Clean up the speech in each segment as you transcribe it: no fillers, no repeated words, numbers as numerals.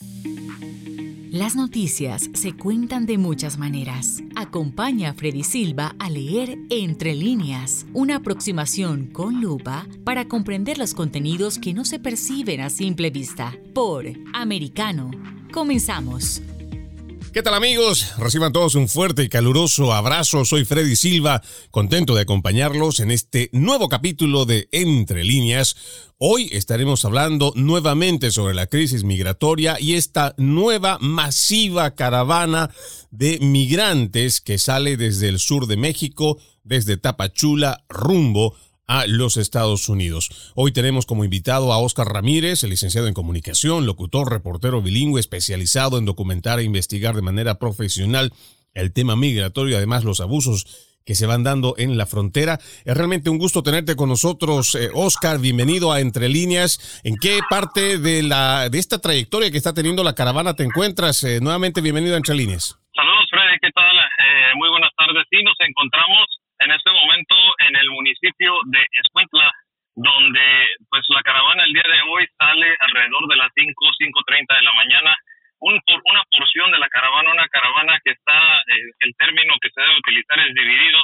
Las noticias se cuentan de muchas maneras. Acompaña a Freddy Silva a leer Entre líneas, una aproximación con lupa para comprender los contenidos que no se perciben a simple vista. Por Americano. Comenzamos. ¿Qué tal, amigos? Reciban todos un fuerte y caluroso abrazo. Soy Freddy Silva, contento de acompañarlos en este nuevo capítulo de Entre líneas. Hoy estaremos hablando nuevamente sobre la crisis migratoria y esta nueva masiva caravana de migrantes que sale desde el sur de México, desde Tapachula, rumbo a los Estados Unidos. Hoy tenemos como invitado a Óscar Ramírez, el licenciado en comunicación, locutor, reportero bilingüe especializado en documentar e investigar de manera profesional el tema migratorio y además los abusos que se van dando en la frontera. Es realmente un gusto tenerte con nosotros, Óscar. Bienvenido a Entre líneas. ¿En qué parte de esta trayectoria que está teniendo la caravana te encuentras? Nuevamente bienvenido a Entre líneas. Saludos, Freddy. ¿Qué tal? Muy buenas tardes. Sí, nos encontramos en este momento en el municipio de Escuintla, donde pues la caravana el día de hoy sale alrededor de las 5:30 de la mañana. Una porción de la caravana, una caravana que está, el término que se debe utilizar es dividido.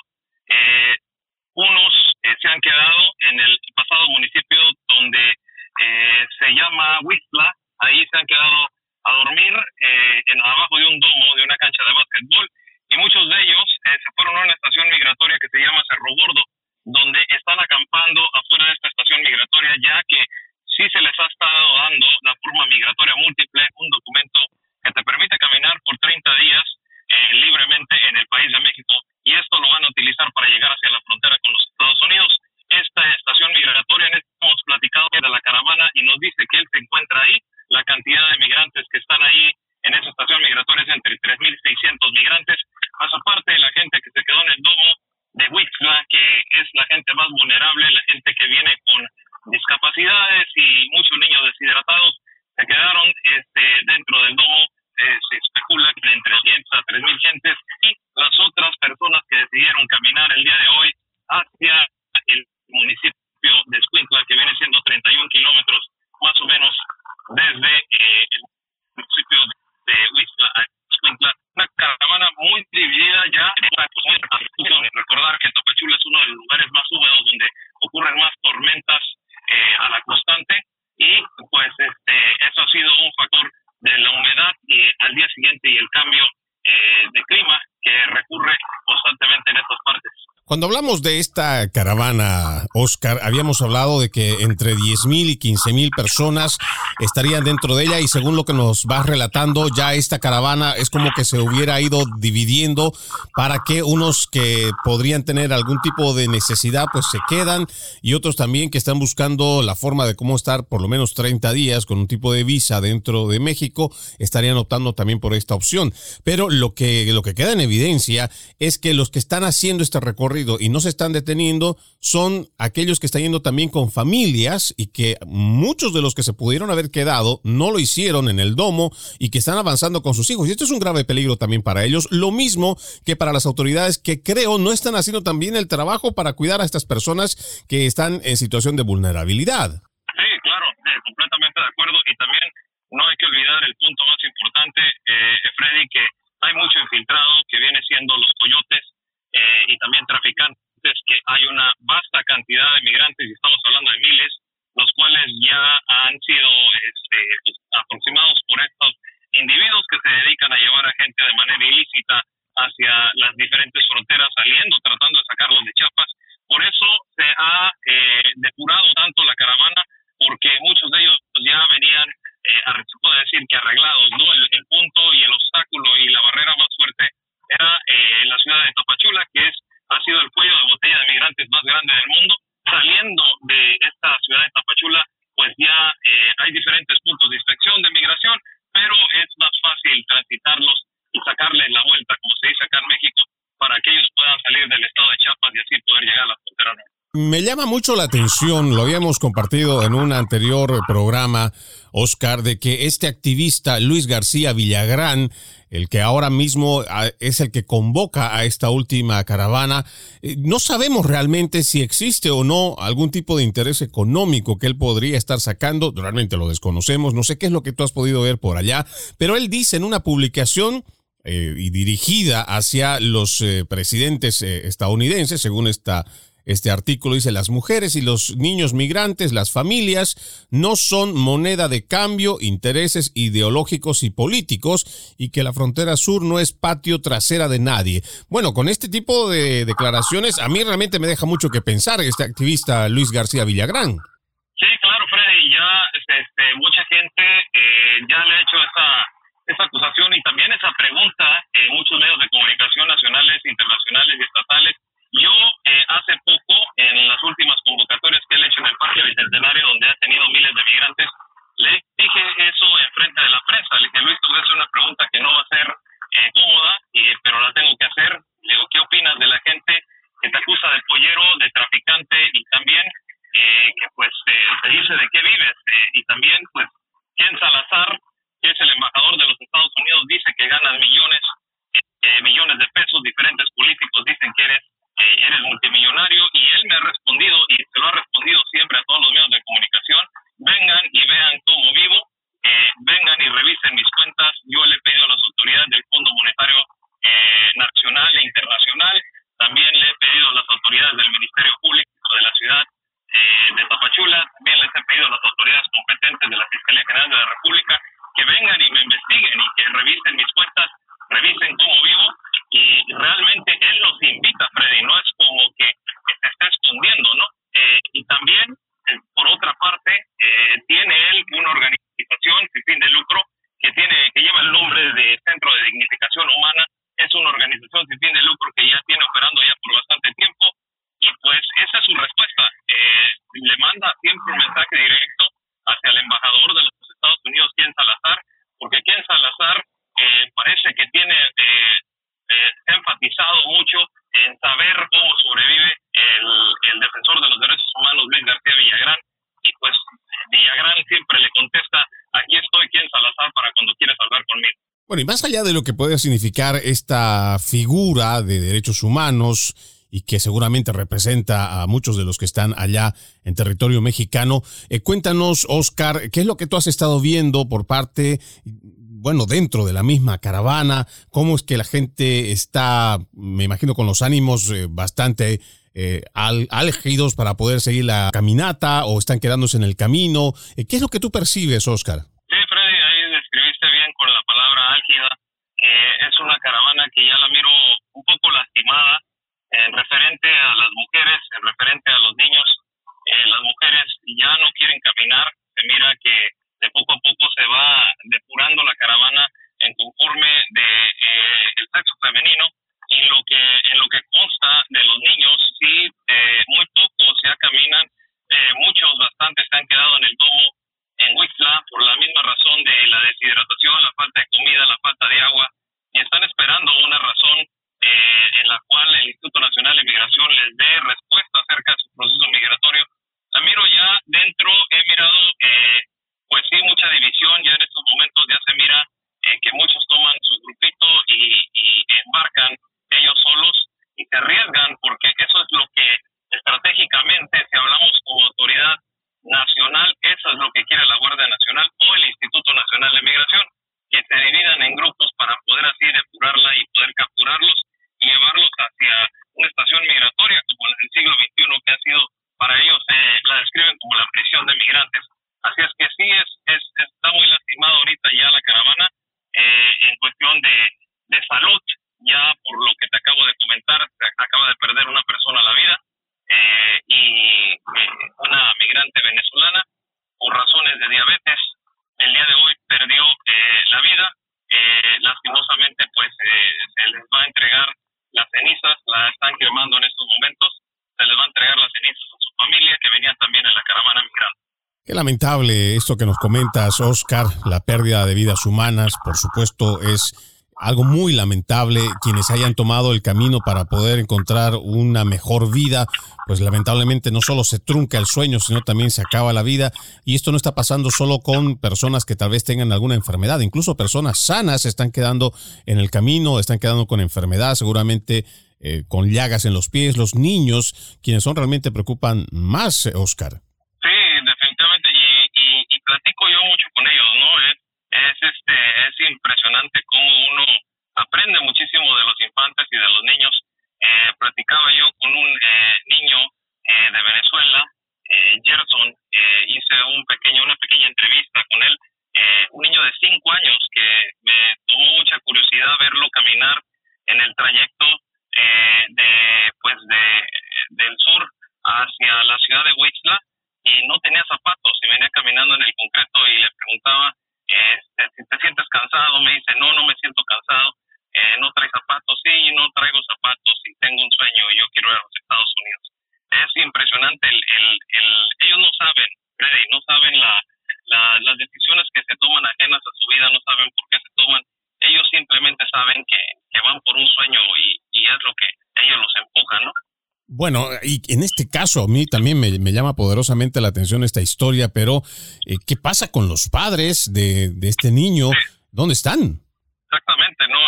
Unos se han quedado en el pasado municipio donde se llama Huixtla. Ahí se han quedado a dormir abajo de un domo de una cancha de básquetbol. Y muchos de ellos se fueron a una estación migratoria que se llama Cerro Gordo, donde están acampando afuera de esta estación migratoria, ya que sí se les ha estado dando la forma migratoria múltiple, un documento que te permite caminar por 30 días libremente en el país de México, y esto lo van a utilizar para llegar hacia la frontera con los Estados Unidos. Esta estación migratoria, hemos platicado de la caravana y nos dice que él se encuentra ahí. La cantidad de migrantes que están ahí en esa estación migratoria es entre 3,600 migrantes, más aparte de la gente que se quedó en el domo de Huixtla, que es la gente más vulnerable, la gente que viene con discapacidades y muchos niños deshidratados, se quedaron dentro del domo. Se especula que entre 500 a 3,000 gentes, y las otras personas que decidieron caminar el día de hoy hacia el municipio de Escuintla, que viene siendo 31 kilómetros más o menos desde el municipio de Huixtla a Escuintla. Una caravana muy dividida ya. Recordar que Tapachula es uno de los lugares más húmedos donde ocurren más tormentas a la constante, y pues eso ha sido un factor de la humedad y al día siguiente y el cambio de clima que recurre constantemente en estas partes. Cuando hablamos de esta caravana, Óscar, habíamos hablado de que entre 10,000 y 15,000 personas estarían dentro de ella, y según lo que nos vas relatando, ya esta caravana es como que se hubiera ido dividiendo para que unos que podrían tener algún tipo de necesidad pues se quedan, y otros también que están buscando la forma de cómo estar por lo menos 30 días con un tipo de visa dentro de México estarían optando también por esta opción. Pero lo que queda en evidencia es que los que están haciendo este recorrido y no se están deteniendo son aquellos que están yendo también con familias, y que muchos de los que se pudieron haber quedado no lo hicieron en el domo y que están avanzando con sus hijos, y esto es un grave peligro también para ellos, lo mismo que para las autoridades, que creo no están haciendo también el trabajo para cuidar a estas personas que están en situación de vulnerabilidad. Sí, claro, completamente de acuerdo, y también no hay que olvidar el punto más importante, Freddy, que hay mucho infiltrado que viene siendo los coyotes, y también traficantes, que hay una vasta cantidad de migrantes, y estamos hablando de miles, los cuales ya han sido aproximados por estos individuos que se dedican a llevar a gente de manera ilícita hacia las diferentes fronteras, tratando de sacarlos de Chiapas. Por eso se ha depurado tanto la caravana, porque muchos de ellos ya venían, se puede decir que arreglados, ¿no? El punto y el obstáculo y la barrera más fuerte era la ciudad de Tapachula, que ha sido el cuello de botella de migrantes más grande del mundo. Saliendo de esta ciudad de Tapachula, pues ya hay diferentes puntos de inspección de migración, pero es más fácil transitarlos y sacarles la vuelta, como se dice acá en México, para que ellos puedan salir del estado de Chiapas y así poder llegar a la frontera norte. Me llama mucho la atención, lo habíamos compartido en un anterior programa, Oscar, de que este activista Luis García Villagrán, el que ahora mismo es el que convoca a esta última caravana, no sabemos realmente si existe o no algún tipo de interés económico que él podría estar sacando, realmente lo desconocemos, no sé qué es lo que tú has podido ver por allá, pero él dice en una publicación y dirigida hacia los presidentes estadounidenses, según este artículo, dice: las mujeres y los niños migrantes, las familias, no son moneda de cambio, intereses ideológicos y políticos, y que la frontera sur no es patio trasera de nadie. Bueno, con este tipo de declaraciones, a mí realmente me deja mucho que pensar este activista Luis García Villagrán. Sí, claro, Freddy, ya mucha gente ya le ha hecho esa acusación y también esa pregunta en muchos medios de comunicación nacionales, internacionales y estatales. Yo hace poco, en las últimas convocatorias que él ha hecho en el Parque Bicentenario, donde ha tenido miles de migrantes, le dije eso enfrente de la prensa. Le dije: Luis, te voy a hacer una pregunta que no va a ser cómoda, pero la tengo que hacer. Le digo: ¿qué opinas de la gente que te acusa de pollero, de traficante y también que pues te dice de qué vives? Y también pues Ken Salazar, que es el embajador de los Estados Unidos, dice que ganas millones de pesos. Diferentes políticos dicen que eres multimillonario, y él me ha respondido, y se lo ha respondido siempre a todos los medios de comunicación: vengan y vean cómo vivo, vengan y revisen mis cuentas. Yo le he pedido a las autoridades del Fondo Monetario Nacional e Internacional, también le he pedido a las autoridades del Ministerio Público de la ciudad de Tapachula, también les he pedido a las autoridades competentes de la Fiscalía General de la República que vengan y me investiguen y que revisen mis cuentas, revisen cómo vivo. Y realmente él los invita, Freddy, no es como que se esté escondiendo, ¿no? Y también, por otra parte, tiene él una organización sin fin de lucro que lleva el nombre de Centro de Dignificación Humana. Es una organización sin fin de lucro que ya tiene operando ya por bastante tiempo, y pues esa es su respuesta. Le manda siempre un mensaje directo hacia el embajador de los Estados Unidos, Ken Salazar, porque Ken Salazar parece que tiene se ha enfatizado mucho en saber cómo sobrevive el defensor de los derechos humanos, Luis García Villagrán, y pues Villagrán siempre le contesta: aquí estoy, Ken Salazar, para cuando quieras hablar conmigo. Bueno, y más allá de lo que puede significar esta figura de derechos humanos y que seguramente representa a muchos de los que están allá en territorio mexicano, cuéntanos, Oscar, ¿qué es lo que tú has estado viendo por parte, dentro de la misma caravana? ¿Cómo es que la gente está, me imagino, con los ánimos bastante álgidos para poder seguir la caminata, o están quedándose en el camino? ¿Qué es lo que tú percibes, Oscar? Sí, Freddy, ahí describiste bien con la palabra álgida. Es una caravana que ya la miro un poco lastimada en referente a las mujeres, en referente a los niños. Las mujeres ya no quieren caminar. Se mira que de poco a poco se va depurando la caravana en conforme de el sexo femenino, y en lo que consta de los niños, sí, muy pocos ya caminan. Muchos, bastantes, se han quedado en el domo en Huixtla por la misma razón de la deshidratación, la falta de comida, la falta de agua, y están esperando una razón en la cual el Instituto Nacional de Migración les dé respuesta acerca de su proceso migratorio. La miro ya dentro, he mirado pues sí, mucha división. Ya en estos momentos ya se mira que muchos toman su grupito y embarcan ellos solos y se arriesgan, porque eso es lo que estratégicamente, si hablamos como autoridad nacional, eso es lo que quiere la Guardia Nacional o el Instituto Nacional de Migración, que se dividan en grupos para poder así depurarla y poder capturarlos y llevarlos hacia una estación migratoria como la del siglo XXI, que ha sido para ellos, la describen como la prisión de migrantes. Así es que sí, está muy lastimado ahorita ya la caravana en cuestión de salud, ya por lo que te acabo de comentar. Se acaba de perder una persona la vida, y una migrante venezolana, por razones de diabetes, el día de hoy perdió la vida. Lastimosamente, pues se les va a entregar las cenizas, la están quemando en estos momentos, se les va a entregar las cenizas a su familia, que venían también en la caravana migrante. Qué lamentable esto que nos comentas, Oscar. La pérdida de vidas humanas, por supuesto, es algo muy lamentable. Quienes hayan tomado el camino para poder encontrar una mejor vida, pues lamentablemente no solo se trunca el sueño, sino también se acaba la vida. Y esto no está pasando solo con personas que tal vez tengan alguna enfermedad. Incluso personas sanas se están quedando en el camino, están quedando con enfermedad, seguramente con llagas en los pies. Los niños, quienes son realmente preocupan más, Oscar. Sí, definitivamente. Y platico yo mucho con ellos, ¿no? Es impresionante cómo uno aprende muchísimo de los infantes y de los niños. Platicaba yo con un niño de Venezuela, Gerson. Hice una pequeña entrevista con él, un niño de 5 años que me tomó mucha curiosidad verlo caminar en el trayecto del sur hacia la ciudad de Huixla, y no tenía zapatos y venía caminando en el concreto, y le preguntaba si te sientes cansado. Me dice, no me siento cansado. No traes zapatos. Sí, no traigo zapatos y tengo un sueño y yo quiero ir a los Estados Unidos. Es impresionante. Ellos no saben, Freddy, no saben las decisiones que se toman ajenas a su vida, no saben por qué se toman. Ellos simplemente saben que van por un sueño y es lo que ellos los empujan, ¿no? Bueno, y en este caso a mí también me llama poderosamente la atención esta historia, pero ¿qué pasa con los padres de este niño? Sí. ¿Dónde están? Exactamente, ¿no?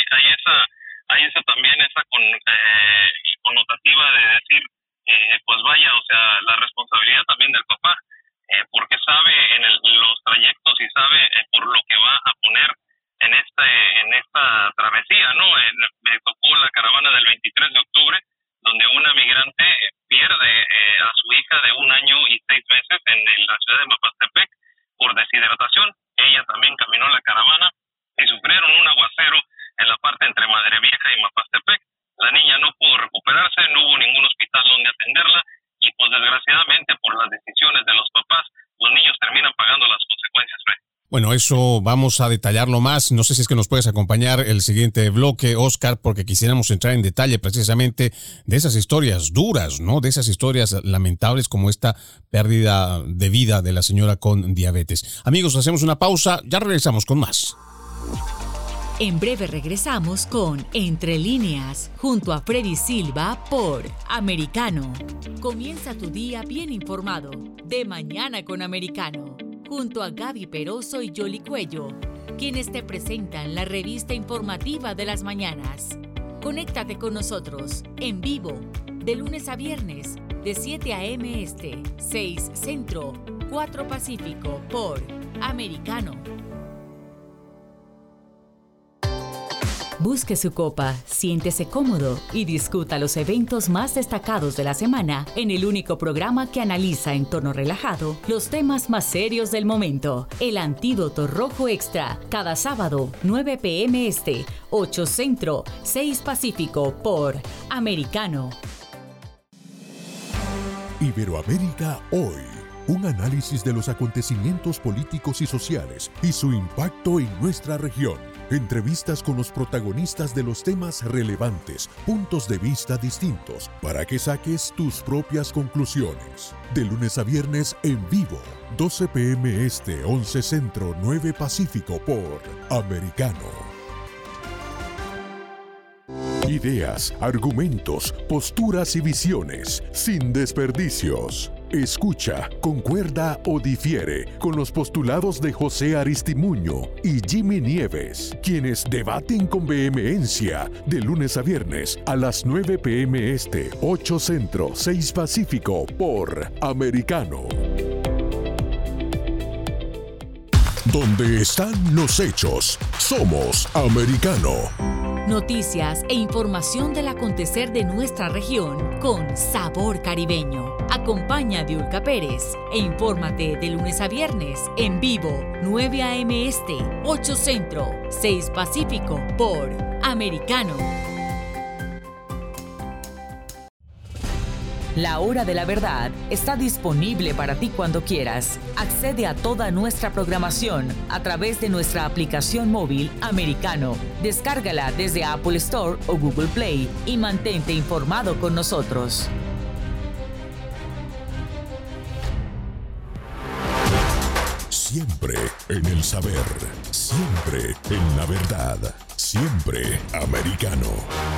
Hay esa también, esa connotativa de decir, pues vaya, o sea, la responsabilidad también del papá, porque sabe en los trayectos y sabe por lo que va a poner en esta travesía, ¿no? Me tocó la caravana del 23 de octubre, donde una migrante pierde a su hija de 1 año y 6 meses en la ciudad de Mapastepec por deshidratación. Ella también caminó la caravana y sufrieron un aguacero en la parte entre Madre Vieja y Mapastepec. La niña no pudo recuperarse, no hubo ningún hospital donde atenderla, y pues desgraciadamente por las decisiones de los papás, los niños terminan pagando las consecuencias. Bueno, eso vamos a detallarlo más. No sé si es que nos puedes acompañar el siguiente bloque, Oscar, porque quisiéramos entrar en detalle precisamente de esas historias duras, ¿no? De esas historias lamentables como esta pérdida de vida de la señora con diabetes. Amigos, hacemos una pausa, ya regresamos con más. En breve regresamos con Entre Líneas, junto a Freddy Silva por Americano. Comienza tu día bien informado, de mañana con Americano, junto a Gaby Peroso y Yoli Cuello, quienes te presentan la revista informativa de las mañanas. Conéctate con nosotros en vivo, de lunes a viernes, de 7 a.m. Este, 6 Centro, 4 Pacífico, por Americano. Busque su copa, siéntese cómodo y discuta los eventos más destacados de la semana en el único programa que analiza en tono relajado los temas más serios del momento. El Antídoto Rojo Extra, cada sábado, 9 p.m. Este, 8 Centro, 6 Pacífico, por Americano. Iberoamérica Hoy. Un análisis de los acontecimientos políticos y sociales y su impacto en nuestra región. Entrevistas con los protagonistas de los temas relevantes, puntos de vista distintos, para que saques tus propias conclusiones. De lunes a viernes en vivo, 12 p.m. Este, 11 Centro, 9 Pacífico, por Americano. Ideas, argumentos, posturas y visiones, sin desperdicios. Escucha, concuerda o difiere con los postulados de José Aristimuño y Jimmy Nieves, quienes debaten con vehemencia de lunes a viernes a las 9 p.m. Este, 8 Centro, 6 Pacífico, por Americano. Donde están los hechos, somos Americano. Noticias e información del acontecer de nuestra región con sabor caribeño. Acompaña a Diulca Pérez e infórmate de lunes a viernes en vivo, 9 a.m. Este, 8 Centro, 6 Pacífico, por Americano. La Hora de la Verdad está disponible para ti cuando quieras. Accede a toda nuestra programación a través de nuestra aplicación móvil Americano. Descárgala desde Apple Store o Google Play y mantente informado con nosotros. Siempre en el saber. Siempre en la verdad. Siempre americano.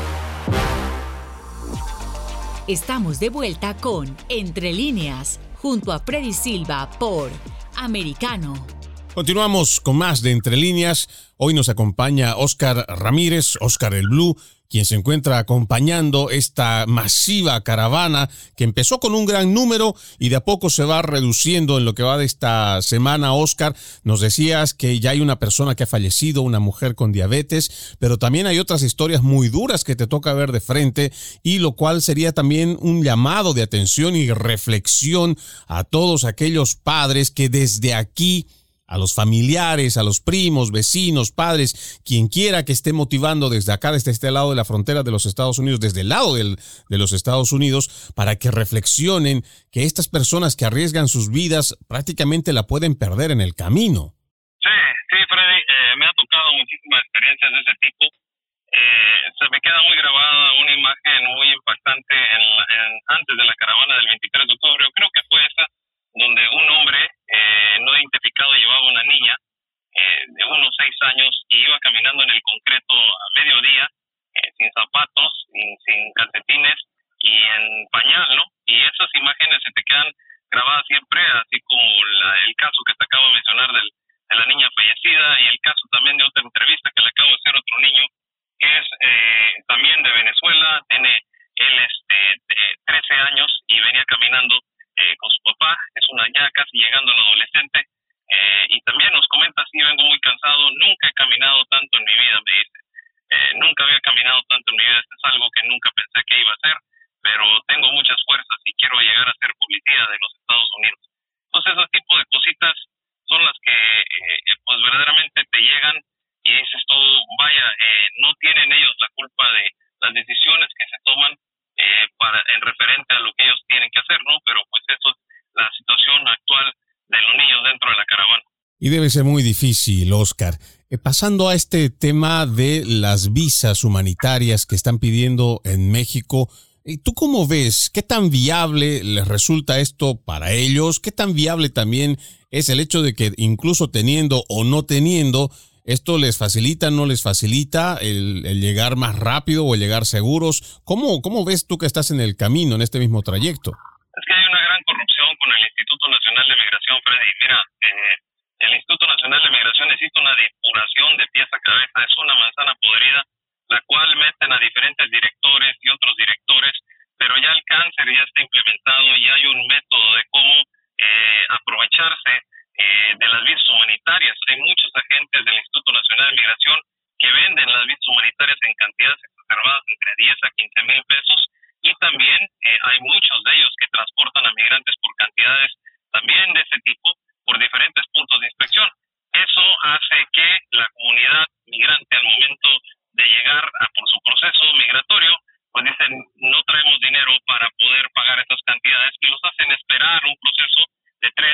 Estamos de vuelta con Entre Líneas, junto a Freddy Silva por Americano. Continuamos con más de Entre Líneas. Hoy nos acompaña Oscar Ramírez, Oscar el Blue, quien se encuentra acompañando esta masiva caravana que empezó con un gran número y de a poco se va reduciendo en lo que va de esta semana. Oscar, nos decías que ya hay una persona que ha fallecido, una mujer con diabetes, pero también hay otras historias muy duras que te toca ver de frente, y lo cual sería también un llamado de atención y reflexión a todos aquellos padres que desde aquí, a los familiares, a los primos, vecinos, padres, quien quiera que esté motivando desde acá, desde este lado de la frontera de los Estados Unidos, desde el lado de los Estados Unidos, para que reflexionen que estas personas que arriesgan sus vidas prácticamente la pueden perder en el camino. Sí, Freddy, me ha tocado muchísimas experiencias de ese tipo. Se me queda muy grabada una imagen muy impactante antes de la caravana del 23 de octubre, yo creo que fue esa, donde un hombre no identificado llevaba una niña de unos 6 años y iba caminando en el concreto a mediodía, sin zapatos, sin calcetines y en pañal, ¿no? Y esas imágenes se te quedan grabadas siempre, así como el caso que te acabo de mencionar de la niña fallecida, y el caso también de otra entrevista que le acabo de hacer a otro niño que es también de Venezuela. Tiene él 13 años y venía caminando con su papá, es ya casi llegando a la adolescente, y también nos comenta: sí, vengo muy cansado, nunca he caminado tanto en mi vida, me dice, nunca había caminado tanto en mi vida, esto es algo que nunca pensé que iba a hacer, pero tengo muchas fuerzas y quiero llegar a ser policía de los Estados Unidos. Entonces, ese tipo de cositas son las que pues verdaderamente te llegan y dices tú, vaya, no tienen ellos la culpa de las decisiones que se toman en referente a lo que ellos tienen que hacer, ¿no? Pero pues eso es la situación actual de los niños dentro de la caravana. Y debe ser muy difícil, Oscar. Pasando a este tema de las visas humanitarias que están pidiendo en México, ¿tú cómo ves? ¿Qué tan viable les resulta esto para ellos? ¿Qué tan viable también es el hecho de que incluso teniendo o no teniendo, esto les facilita, no les facilita el llegar más rápido o el llegar seguros? ¿Cómo ves tú que estás en el camino, en este mismo trayecto? Es que hay una gran corrupción con el Instituto Nacional de Migración, Freddy. Mira, el Instituto Nacional de Migración necesita una depuración de pies a cabeza. Es una manzana podrida, la cual meten a diferentes directores y otros directores, pero ya el cáncer ya está implementado y hay un método de cómo aprovecharse de las visas humanitarias. Hay muchos agentes del Instituto Nacional de Migración que venden las visas humanitarias en cantidades exacerbadas entre 10 a 15 mil pesos, y también hay muchos de ellos que transportan a migrantes por cantidades también de ese tipo por diferentes puntos de inspección. Eso hace que la comunidad migrante, al momento de llegar por su proceso migratorio, pues dicen, no traemos dinero para poder pagar esas cantidades, y los hacen esperar un proceso de 3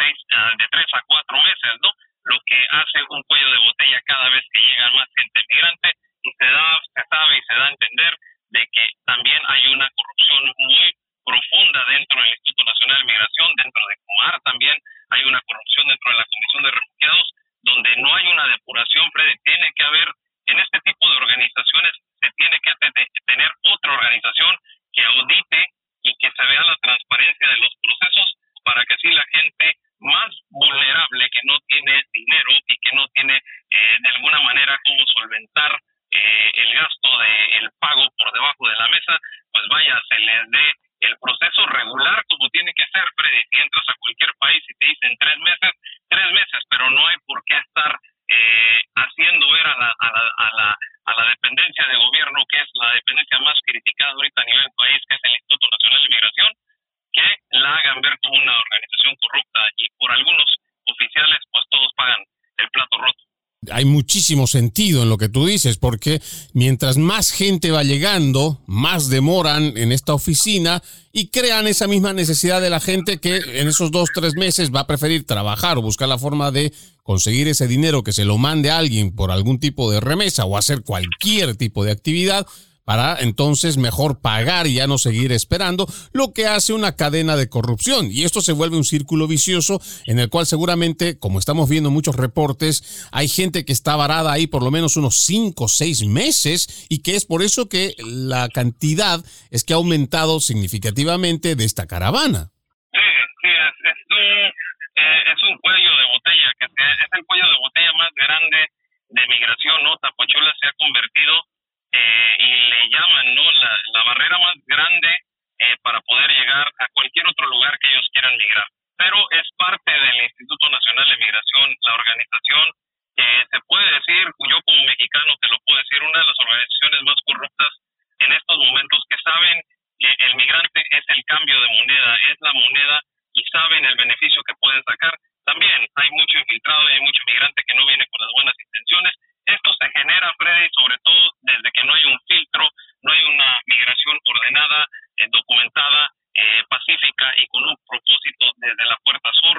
a 4 meses, ¿no? Lo que hace un cuello de botella cada vez que llega más gente migrante, y se sabe y se da a entender de que también hay una corrupción muy profunda dentro del Instituto Nacional de Migración, dentro de Comar también hay una corrupción dentro de la Comisión de Refugiados, donde no hay una depuración, Freddy. Tiene que haber, en este tipo de organizaciones, se tiene que tener otra organización que audite y que se vea la transparencia de los procesos, para que así la gente más vulnerable, que no tiene dinero y que no tiene de alguna manera cómo solventar el gasto del pago por debajo de la mesa, pues vaya, se les dé el proceso regular como tiene que ser, Freddy. Si entras a cualquier país y te dicen 3 meses, pero no hay por qué estar haciendo ver a la dependencia de gobierno, que es la dependencia más criticada ahorita a nivel país, que es el Instituto Nacional de Migración, que la hagan ver como una organización corrupta, y por algunos oficiales pues todos pagan el plato roto. Hay muchísimo sentido en lo que tú dices, porque mientras más gente va llegando, más demoran en esta oficina y crean esa misma necesidad de la gente que en esos 2-3 meses va a preferir trabajar o buscar la forma de conseguir ese dinero, que se lo mande a alguien por algún tipo de remesa o hacer cualquier tipo de actividad, para entonces mejor pagar y ya no seguir esperando, lo que hace una cadena de corrupción. Y esto se vuelve un círculo vicioso en el cual seguramente, como estamos viendo muchos reportes, hay gente que está varada ahí por lo menos unos 5 o 6 meses y que es por eso que la cantidad es que ha aumentado significativamente de esta caravana. Sí, es un cuello de botella, es el cuello de botella más grande de migración, ¿no? Tapachula se ha convertido y le llaman, ¿no? La barrera más grande para poder llegar a cualquier otro lugar que ellos quieran migrar. Pero es parte del Instituto Nacional de Migración, la organización que se puede decir, yo como mexicano te lo puedo decir, una de las organizaciones más corruptas en estos momentos, que saben que el migrante es el cambio de moneda, es la moneda y saben el beneficio que pueden sacar. También hay mucho infiltrado y hay mucho migrante que no viene con las buenas intenciones. Esto se genera, Freddy, sobre todo desde que no hay un filtro, no hay una migración ordenada, documentada, pacífica y con un propósito desde la puerta sur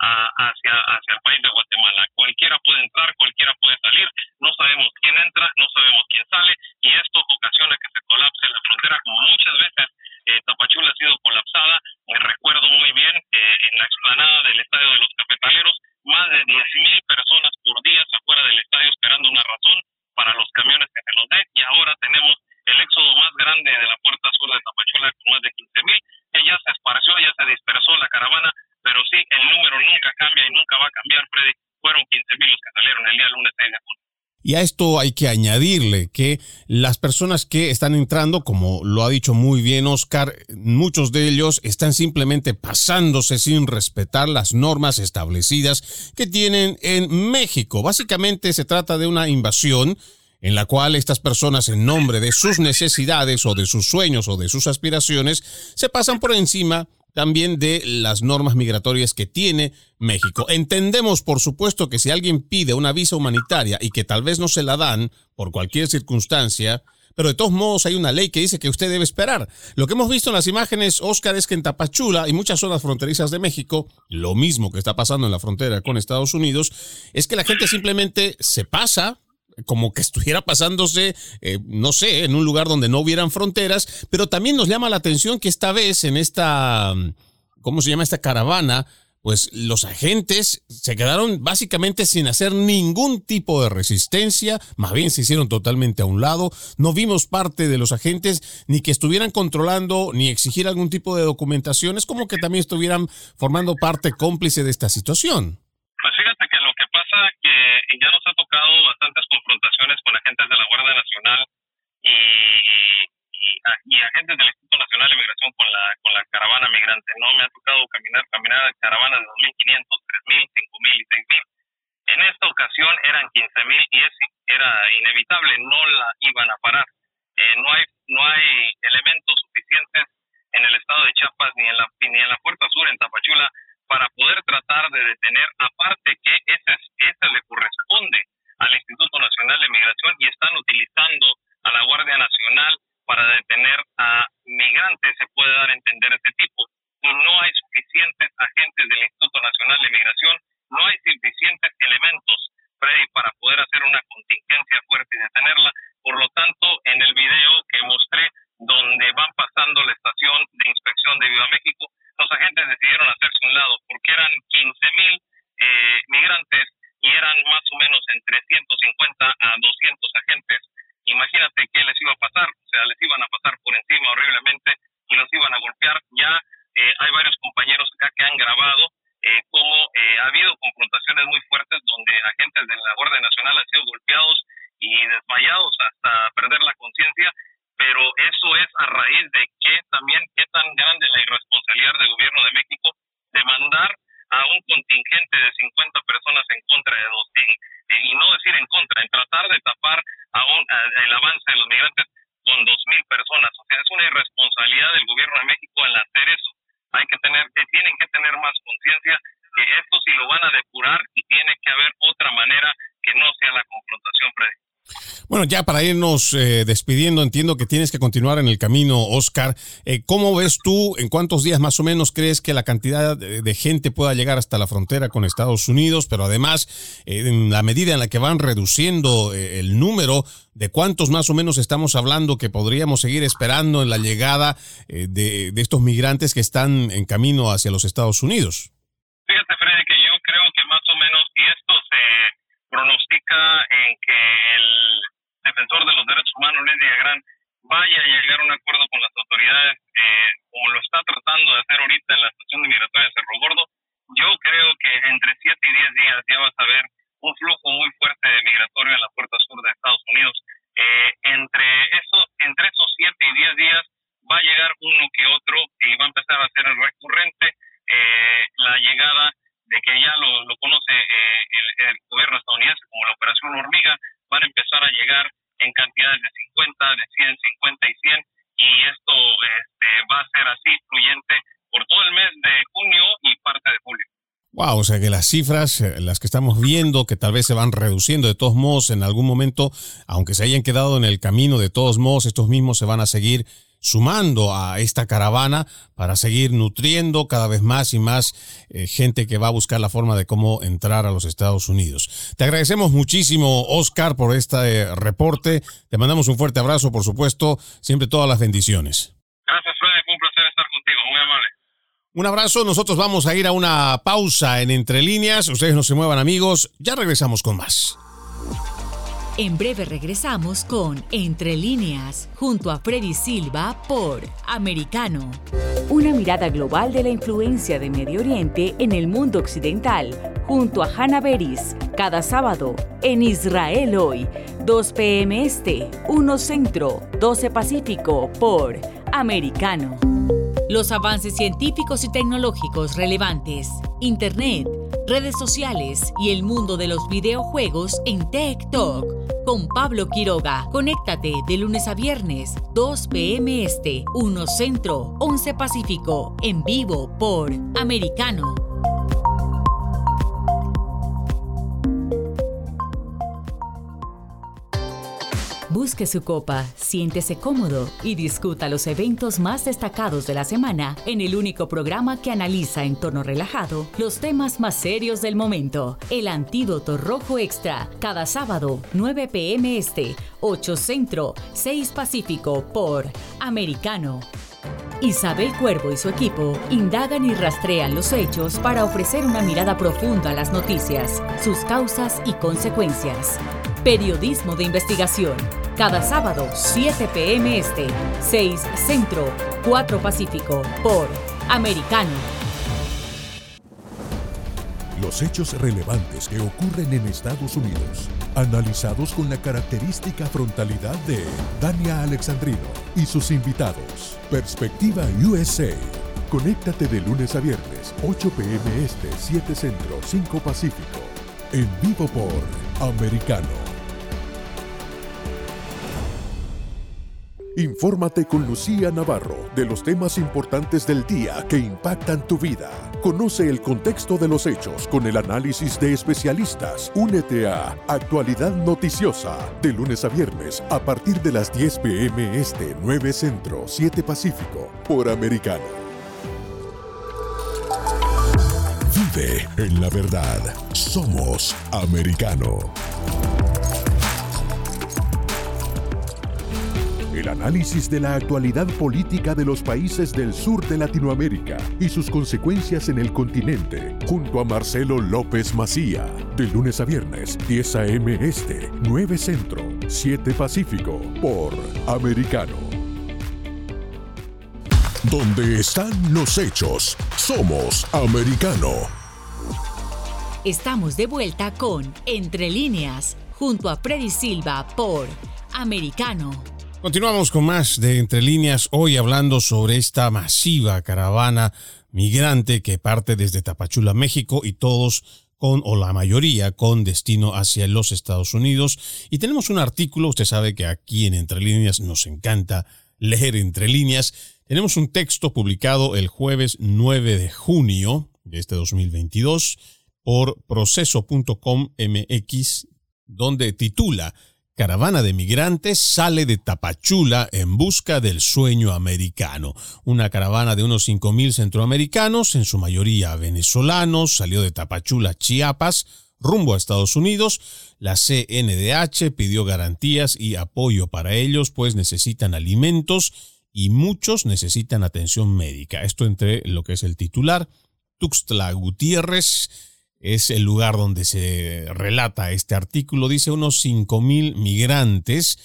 hacia el país de Guatemala. Cualquiera puede entrar, cualquiera puede salir, no sabemos quién entra, no sabemos quién sale, y esto ocasiona que se colapse la frontera, como muchas veces Tapachula ha sido colapsada. Recuerdo muy bien en la explanada del Estadio de los Cafetaleros, más de 10,000 personas por día afuera del estadio esperando una razón para los camiones que se los den, y ahora tenemos el éxodo más grande de la puerta sur de Tapachula con más de 15,000, que ya se esparció, ya se dispersó la caravana, pero sí, el número nunca cambia y nunca va a cambiar, Freddy. Fueron 15,000 los que salieron el día lunes 6 de junio. Y a esto hay que añadirle que las personas que están entrando, como lo ha dicho muy bien Oscar, muchos de ellos están simplemente pasándose sin respetar las normas establecidas que tienen en México. Básicamente se trata de una invasión en la cual estas personas, en nombre de sus necesidades o de sus sueños o de sus aspiraciones, se pasan por encima también de las normas migratorias que tiene México. Entendemos, por supuesto, que si alguien pide una visa humanitaria y que tal vez no se la dan por cualquier circunstancia, pero de todos modos hay una ley que dice que usted debe esperar. Lo que hemos visto en las imágenes, Oscar, es que en Tapachula y muchas zonas fronterizas de México, lo mismo que está pasando en la frontera con Estados Unidos, es que la gente simplemente se pasa, como que estuviera pasándose, no sé, en un lugar donde no hubieran fronteras, pero también nos llama la atención que esta vez en esta, ¿cómo se llama esta caravana? Pues los agentes se quedaron básicamente sin hacer ningún tipo de resistencia, más bien se hicieron totalmente a un lado. No vimos parte de los agentes ni que estuvieran controlando ni exigir algún tipo de documentación. Es como que también estuvieran formando parte cómplice de esta situación. Pues fíjate que lo que pasa que ya nos ha tocado bastantes confrontaciones con agentes de la Guardia Nacional y agentes del Instituto Nacional de Migración con la caravana migrante. No me ha tocado caminar caravanas de 2,500, 3,000, 5,000 y 6,000. En esta ocasión eran 15,000 y era inevitable, no la iban a parar. No hay elementos suficientes en el estado de Chiapas ni en la puerta sur en Tapachula para poder tratar de detener, aparte que ese le corresponde al Instituto Nacional de Migración, y están utilizando a la Guardia Nacional para detener a migrantes, se puede dar a entender este tipo. Y no hay suficientes agentes del Instituto Nacional de Migración, no hay suficientes elementos, Freddy, para poder hacer una contingencia fuerte y detenerla. Por lo tanto, en el video que mostré, donde van pasando la estación de inspección de Viva México, los agentes decidieron hacerse un lado porque eran 15,000 migrantes y eran más o menos entre 150 a 200 agentes. Imagínate qué les iba a pasar, o sea, les iban a pasar por encima horriblemente y los iban a golpear. Ya hay varios compañeros acá que han grabado cómo ha habido confrontaciones muy fuertes donde agentes de la Guardia Nacional han sido golpeados y desmayados hasta perder la conciencia, pero eso es a raíz de qué tan grande es la irresponsabilidad del gobierno de México de mandar a un contingente de 50 personas en contra de 2,000, y no decir en contra, en tratar de tapar el avance de los migrantes con 2,000 personas. O sea, es una irresponsabilidad del gobierno de México en hacer eso. Tienen que tener más conciencia que esto sí lo van a depurar y tiene que haber otra manera que no sea la confrontación, Freddy. Bueno, ya para irnos despidiendo, entiendo que tienes que continuar en el camino, Oscar. ¿Cómo ves tú, en cuántos días más o menos crees que la cantidad de gente pueda llegar hasta la frontera con Estados Unidos? Pero además, en la medida en la que van reduciendo el número, ¿de cuántos más o menos estamos hablando que podríamos seguir esperando en la llegada de estos migrantes que están en camino hacia los Estados Unidos? Fíjate, Freddy, que yo creo que más o menos, y esto se pronostica en que el defensor de los derechos humanos, Luis Villagrán, vaya a llegar a un acuerdo con las autoridades, como lo está tratando de hacer ahorita en la estación migratoria de Cerro Gordo. Yo creo que entre 7 y 10 días ya vas a ver un flujo muy fuerte de migratorio en la puerta sur de Estados Unidos. Entre esos 7 y 10 días va a llegar uno que otro y va a empezar a ser recurrente la llegada de que ya lo conoce el gobierno estadounidense como la Operación Hormiga. Van a empezar a llegar en cantidades de 50, de 100, 50 y 100, y esto va a ser así fluyente por todo el mes de junio y parte de julio. Wow, o sea que las cifras, las que estamos viendo, que tal vez se van reduciendo de todos modos en algún momento, aunque se hayan quedado en el camino, de todos modos estos mismos se van a seguir sumando a esta caravana para seguir nutriendo cada vez más y más gente que va a buscar la forma de cómo entrar a los Estados Unidos. Te agradecemos muchísimo, Oscar, por este reporte. Te mandamos un fuerte abrazo, por supuesto. Siempre todas las bendiciones. Gracias, Freddy. Fue un placer estar contigo. Muy amable. Un abrazo. Nosotros vamos a ir a una pausa en Entre Líneas. Ustedes no se muevan, amigos. Ya regresamos con más. En breve regresamos con Entre Líneas, junto a Freddy Silva por Americano. Una mirada global de la influencia de Medio Oriente en el mundo occidental, junto a Hannah Beris, cada sábado en Israel Hoy, 2 p.m. Este, 1 Centro, 12 Pacífico por Americano. Los avances científicos y tecnológicos relevantes, Internet, redes sociales y el mundo de los videojuegos en Tech Talk con Pablo Quiroga. Conéctate de lunes a viernes, 2 p.m. Este, 1 Centro, 11 Pacífico, en vivo por Americano. Busque su copa, siéntese cómodo y discuta los eventos más destacados de la semana en el único programa que analiza en tono relajado los temas más serios del momento. El Antídoto Rojo Extra, cada sábado, 9 p.m. Este, 8 Centro, 6 Pacífico por Americano. Isabel Cuervo y su equipo indagan y rastrean los hechos para ofrecer una mirada profunda a las noticias, sus causas y consecuencias. Periodismo de investigación. Cada sábado, 7 p.m. Este, 6 Centro, 4 Pacífico, por Americano. Los hechos relevantes que ocurren en Estados Unidos, analizados con la característica frontalidad de Dania Alexandrino y sus invitados. Perspectiva USA. Conéctate de lunes a viernes, 8 p.m. Este, 7 Centro, 5 Pacífico. En vivo por Americano. Infórmate con Lucía Navarro de los temas importantes del día que impactan tu vida. Conoce el contexto de los hechos con el análisis de especialistas. Únete a Actualidad Noticiosa de lunes a viernes a partir de las 10 p.m. Este, 9 Centro, 7 Pacífico por Americano. Vive en la verdad. Somos Americano. El análisis de la actualidad política de los países del sur de Latinoamérica y sus consecuencias en el continente, junto a Marcelo López Macía, de lunes a viernes, 10 a.m. Este, 9 Centro, 7 Pacífico, por Americano. Donde están los hechos, somos Americano. Estamos de vuelta con Entre Líneas, junto a Freddy Silva por Americano. Continuamos con más de Entre Líneas, hoy hablando sobre esta masiva caravana migrante que parte desde Tapachula, México, y todos o la mayoría con destino hacia los Estados Unidos. Y tenemos un artículo, usted sabe que aquí en Entre Líneas nos encanta leer entre líneas. Tenemos un texto publicado el jueves 9 de junio de este 2022 por proceso.com.mx, donde titula caravana de migrantes sale de Tapachula en busca del sueño americano. Una caravana de unos 5,000 centroamericanos, en su mayoría venezolanos, salió de Tapachula, Chiapas, rumbo a Estados Unidos. La CNDH pidió garantías y apoyo para ellos, pues necesitan alimentos y muchos necesitan atención médica. Esto entre lo que es el titular. Tuxtla Gutiérrez es el lugar donde se relata este artículo. Dice unos 5,000 migrantes,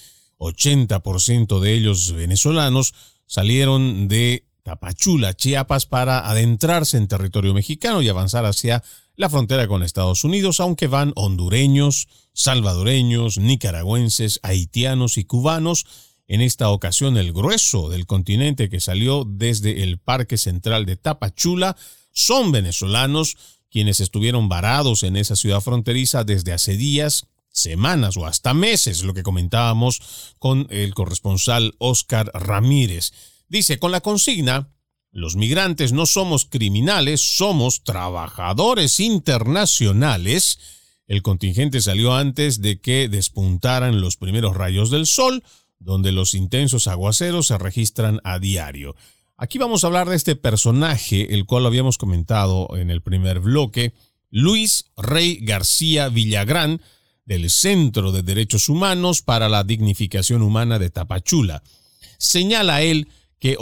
80% de ellos venezolanos, salieron de Tapachula, Chiapas, para adentrarse en territorio mexicano y avanzar hacia la frontera con Estados Unidos, aunque van hondureños, salvadoreños, nicaragüenses, haitianos y cubanos. En esta ocasión, el grueso del continente que salió desde el Parque Central de Tapachula son venezolanos, quienes estuvieron varados en esa ciudad fronteriza desde hace días, semanas o hasta meses, lo que comentábamos con el corresponsal Oscar Ramírez. Dice, con la consigna, los migrantes no somos criminales, somos trabajadores internacionales. El contingente salió antes de que despuntaran los primeros rayos del sol, donde los intensos aguaceros se registran a diario. Aquí vamos a hablar de este personaje, el cual lo habíamos comentado en el primer bloque, Luis Rey García Villagrán, del Centro de Derechos Humanos para la Dignificación Humana de Tapachula. Señala él que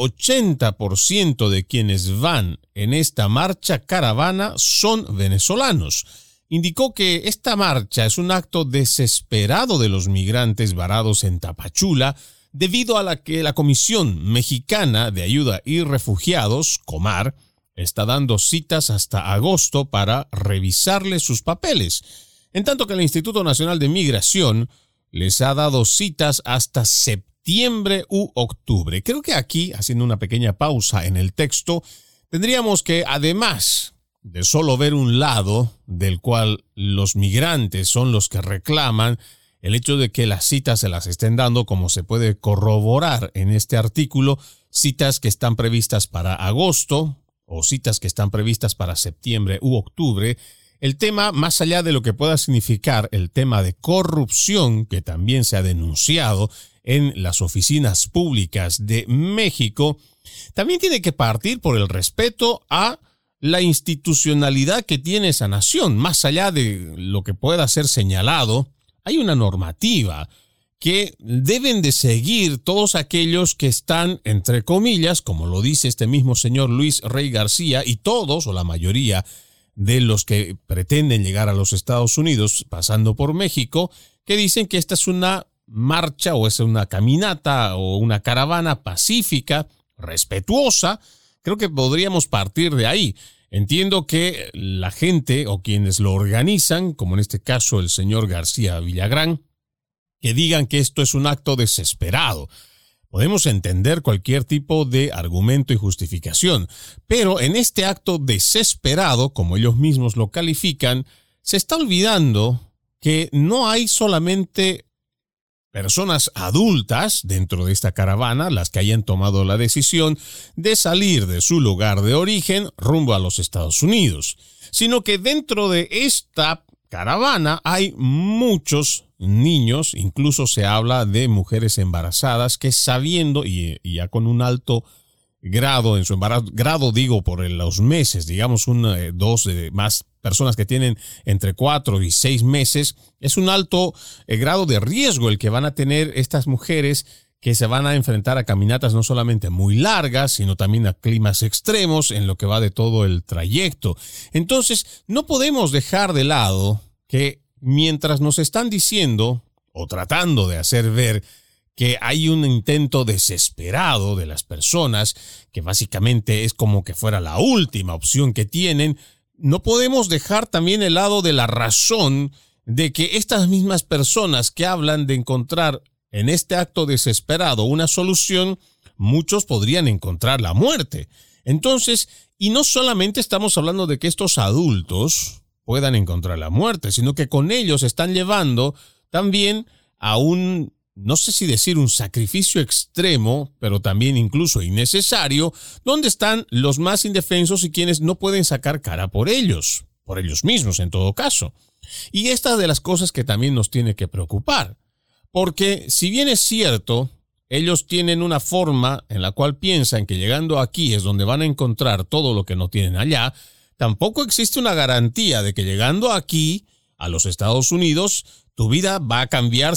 80% de quienes van en esta marcha caravana son venezolanos. Indicó que esta marcha es un acto desesperado de los migrantes varados en Tapachula, debido a que la Comisión Mexicana de Ayuda y Refugiados, Comar, está dando citas hasta agosto para revisarles sus papeles, en tanto que el Instituto Nacional de Migración les ha dado citas hasta septiembre u octubre. Creo que aquí, haciendo una pequeña pausa en el texto, tendríamos que, además de solo ver un lado del cual los migrantes son los que reclaman, el hecho de que las citas se las estén dando, como se puede corroborar en este artículo, citas que están previstas para agosto o citas que están previstas para septiembre u octubre, el tema, más allá de lo que pueda significar el tema de corrupción, que también se ha denunciado en las oficinas públicas de México, también tiene que partir por el respeto a la institucionalidad que tiene esa nación. Más allá de lo que pueda ser señalado, hay una normativa que deben de seguir todos aquellos que están, entre comillas, como lo dice este mismo señor Luis Rey García, y todos o la mayoría de los que pretenden llegar a los Estados Unidos pasando por México, que dicen que esta es una marcha o es una caminata o una caravana pacífica, respetuosa. Creo que podríamos partir de ahí. Entiendo que la gente o quienes lo organizan, como en este caso el señor García Villagrán, que digan que esto es un acto desesperado. Podemos entender cualquier tipo de argumento y justificación, pero en este acto desesperado, como ellos mismos lo califican, se está olvidando que no hay solamente personas adultas dentro de esta caravana, las que hayan tomado la decisión de salir de su lugar de origen rumbo a los Estados Unidos, sino que dentro de esta caravana hay muchos niños, incluso se habla de mujeres embarazadas que, sabiendo y ya con un alto grado en su embarazo, grado digo por los meses, digamos dos más personas que tienen entre 4 y 6 meses, es un alto grado de riesgo el que van a tener estas mujeres, que se van a enfrentar a caminatas no solamente muy largas, sino también a climas extremos en lo que va de todo el trayecto. Entonces, no podemos dejar de lado que mientras nos están diciendo o tratando de hacer ver que hay un intento desesperado de las personas, que básicamente es como que fuera la última opción que tienen, no podemos dejar también el lado de la razón de que estas mismas personas que hablan de encontrar en este acto desesperado una solución, muchos podrían encontrar la muerte. Entonces, y no solamente estamos hablando de que estos adultos puedan encontrar la muerte, sino que con ellos están llevando también a un, no sé si decir un sacrificio extremo, pero también incluso innecesario, donde están los más indefensos y quienes no pueden sacar cara por ellos mismos en todo caso. Y esta es de las cosas que también nos tiene que preocupar, Porque si bien es cierto, ellos tienen una forma en la cual piensan que llegando aquí es donde van a encontrar todo lo que no tienen allá, tampoco existe una garantía de que llegando aquí, a los Estados Unidos, tu vida va a cambiar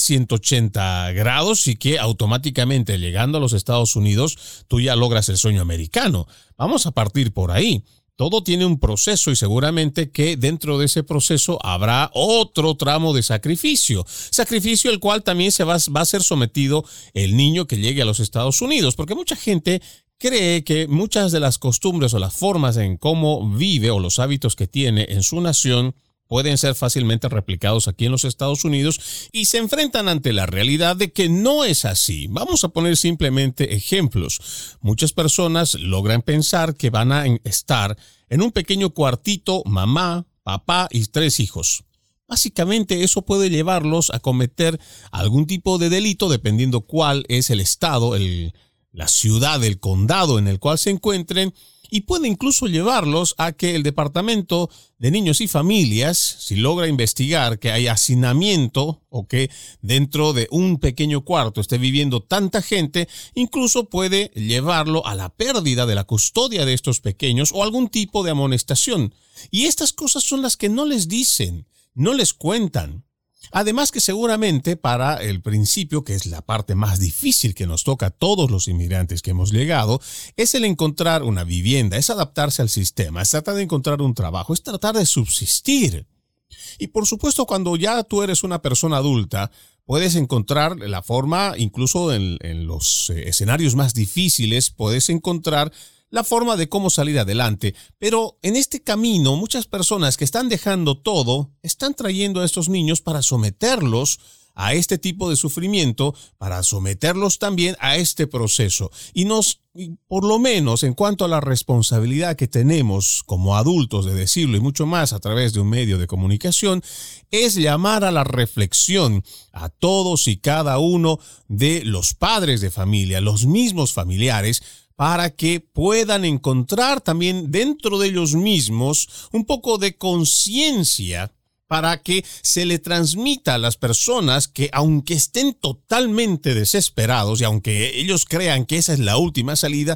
180 grados y que automáticamente llegando a los Estados Unidos tú ya logras el sueño americano. Vamos a partir por ahí. Todo tiene un proceso y seguramente que dentro de ese proceso habrá otro tramo de sacrificio. Sacrificio el cual también va a ser sometido el niño que llegue a los Estados Unidos, porque mucha gente cree que muchas de las costumbres o las formas en cómo vive o los hábitos que tiene en su nación pueden ser fácilmente replicados aquí en los Estados Unidos y se enfrentan ante la realidad de que no es así. Vamos a poner simplemente ejemplos. Muchas personas logran pensar que van a estar en un pequeño cuartito, mamá, papá y 3 hijos. Básicamente eso puede llevarlos a cometer algún tipo de delito dependiendo cuál es el estado, la ciudad, el condado en el cual se encuentren. Y puede incluso llevarlos a que el Departamento de Niños y Familias, si logra investigar que hay hacinamiento o que dentro de un pequeño cuarto esté viviendo tanta gente, incluso puede llevarlo a la pérdida de la custodia de estos pequeños o algún tipo de amonestación. Y estas cosas son las que no les dicen, no les cuentan. Además que seguramente para el principio, que es la parte más difícil que nos toca a todos los inmigrantes que hemos llegado, es el encontrar una vivienda, es adaptarse al sistema, es tratar de encontrar un trabajo, es tratar de subsistir. Y por supuesto, cuando ya tú eres una persona adulta, puedes encontrar la forma, incluso en los escenarios más difíciles, puedes encontrar la forma de cómo salir adelante. Pero en este camino, muchas personas que están dejando todo, están trayendo a estos niños para someterlos a este tipo de sufrimiento, para someterlos también a este proceso. Y por lo menos en cuanto a la responsabilidad que tenemos como adultos de decirlo y mucho más a través de un medio de comunicación, es llamar a la reflexión a todos y cada uno de los padres de familia, los mismos familiares, para que puedan encontrar también dentro de ellos mismos un poco de conciencia para que se le transmita a las personas que, aunque estén totalmente desesperados y aunque ellos crean que esa es la última salida,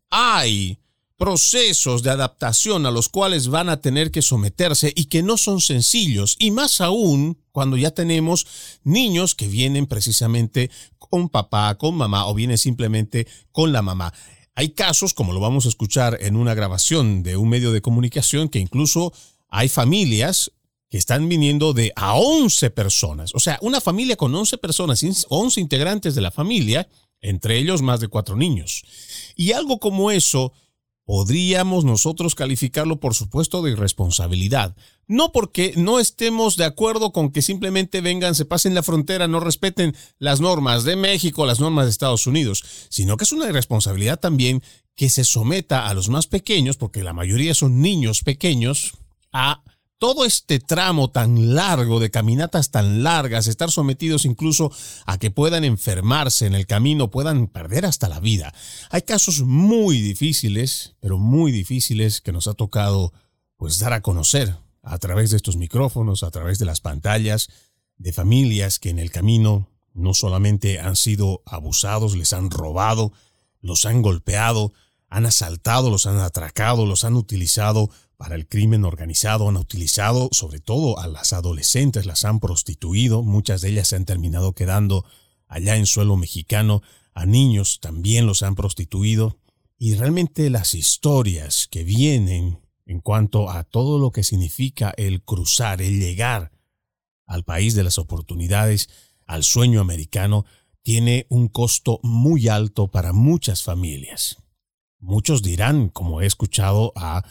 hay procesos de adaptación a los cuales van a tener que someterse y que no son sencillos, y más aún cuando ya tenemos niños que vienen precisamente con papá, con mamá o vienen simplemente con la mamá. Hay casos, como lo vamos a escuchar en una grabación de un medio de comunicación, que incluso hay familias que están viniendo de a 11 personas. O sea, una familia con 11 personas, 11 integrantes de la familia, entre ellos más de 4 niños. Y algo como eso podríamos nosotros calificarlo, por supuesto, de irresponsabilidad. No porque no estemos de acuerdo con que simplemente vengan, se pasen la frontera, no respeten las normas de México, las normas de Estados Unidos, sino que es una irresponsabilidad también que se someta a los más pequeños, porque la mayoría son niños pequeños, a todo este tramo tan largo, de caminatas tan largas, estar sometidos incluso a que puedan enfermarse en el camino, puedan perder hasta la vida. Hay casos muy difíciles, pero muy difíciles, que nos ha tocado pues dar a conocer a través de estos micrófonos, a través de las pantallas, de familias que en el camino no solamente han sido abusados, les han robado, los han golpeado, han asaltado, los han atracado, los han utilizado para el crimen organizado, han utilizado sobre todo a las adolescentes, las han prostituido, muchas de ellas se han terminado quedando allá en suelo mexicano, a niños también los han prostituido, y realmente las historias que vienen en cuanto a todo lo que significa el cruzar, el llegar al país de las oportunidades, al sueño americano, tiene un costo muy alto para muchas familias. Muchos dirán, como he escuchado a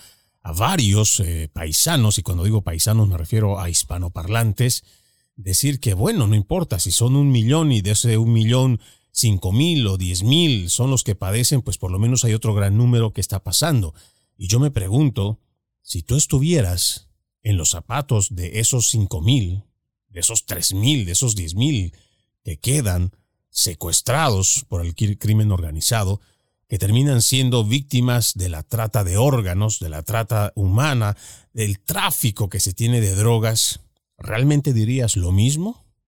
varios paisanos, y cuando digo paisanos me refiero a hispanoparlantes, decir que bueno, no importa si son 1 millón y de ese 1 millón 5,000 o 10,000 son los que padecen, pues por lo menos hay otro gran número que está pasando. Y yo me pregunto, si tú estuvieras en los zapatos de esos 5,000, de esos 3,000, de esos 10,000 que quedan secuestrados por el crimen organizado, que terminan siendo víctimas de la trata de órganos, de la trata humana, del tráfico que se tiene de drogas, ¿realmente dirías lo mismo?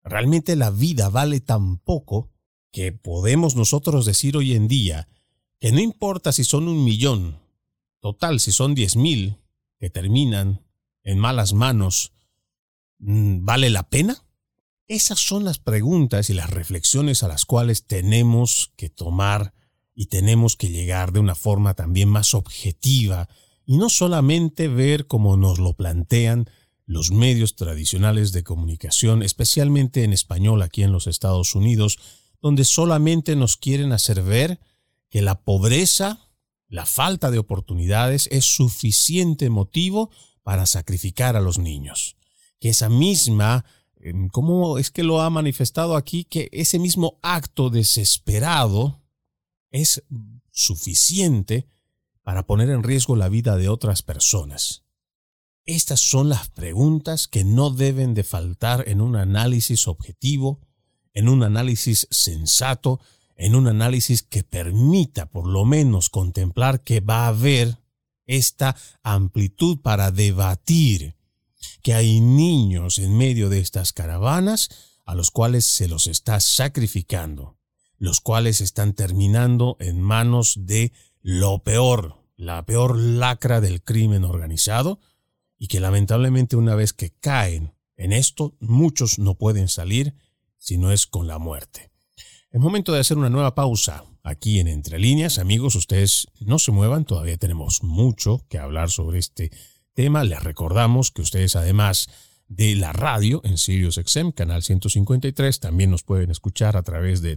Realmente la vida vale tan poco que podemos nosotros decir hoy en día que no importa si son 1 millón, total, si son 10,000 que terminan en malas manos, ¿vale la pena? Esas son las preguntas y las reflexiones a las cuales tenemos que tomar y tenemos que llegar de una forma también más objetiva y no solamente ver como nos lo plantean los medios tradicionales de comunicación, especialmente en español aquí en los Estados Unidos, donde solamente nos quieren hacer ver que la pobreza, la falta de oportunidades es suficiente motivo para sacrificar a los niños. Que esa misma, ¿cómo es que lo ha manifestado aquí? Que ese mismo acto desesperado es suficiente para poner en riesgo la vida de otras personas. Estas son las preguntas que no deben de faltar en un análisis objetivo, en un análisis sensato, en un análisis que permita por lo menos contemplar que va a haber esta amplitud para debatir, que hay niños en medio de estas caravanas a los cuales se los está sacrificando, los cuales están terminando en manos de lo peor, la peor lacra del crimen organizado, y que lamentablemente una vez que caen en esto, muchos no pueden salir si no es con la muerte. Es momento de hacer una nueva pausa aquí en Entre Líneas. Amigos, ustedes no se muevan, todavía tenemos mucho que hablar sobre este tema. Les recordamos que ustedes, además de la radio en SiriusXM, canal 153, también nos pueden escuchar a través de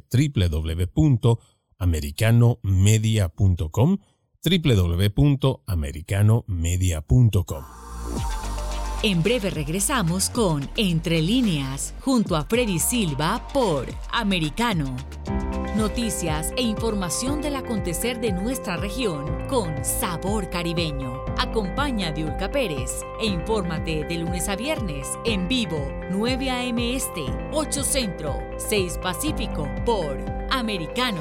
www.americanomedia.com, www.americanomedia.com. En breve regresamos con Entre Líneas, junto a Freddy Silva por Americano. Noticias e información del acontecer de nuestra región con sabor caribeño. Acompaña a Diulca Pérez e infórmate de lunes a viernes en vivo, 9 a.m. Este, 8 Centro, 6 Pacífico por Americano.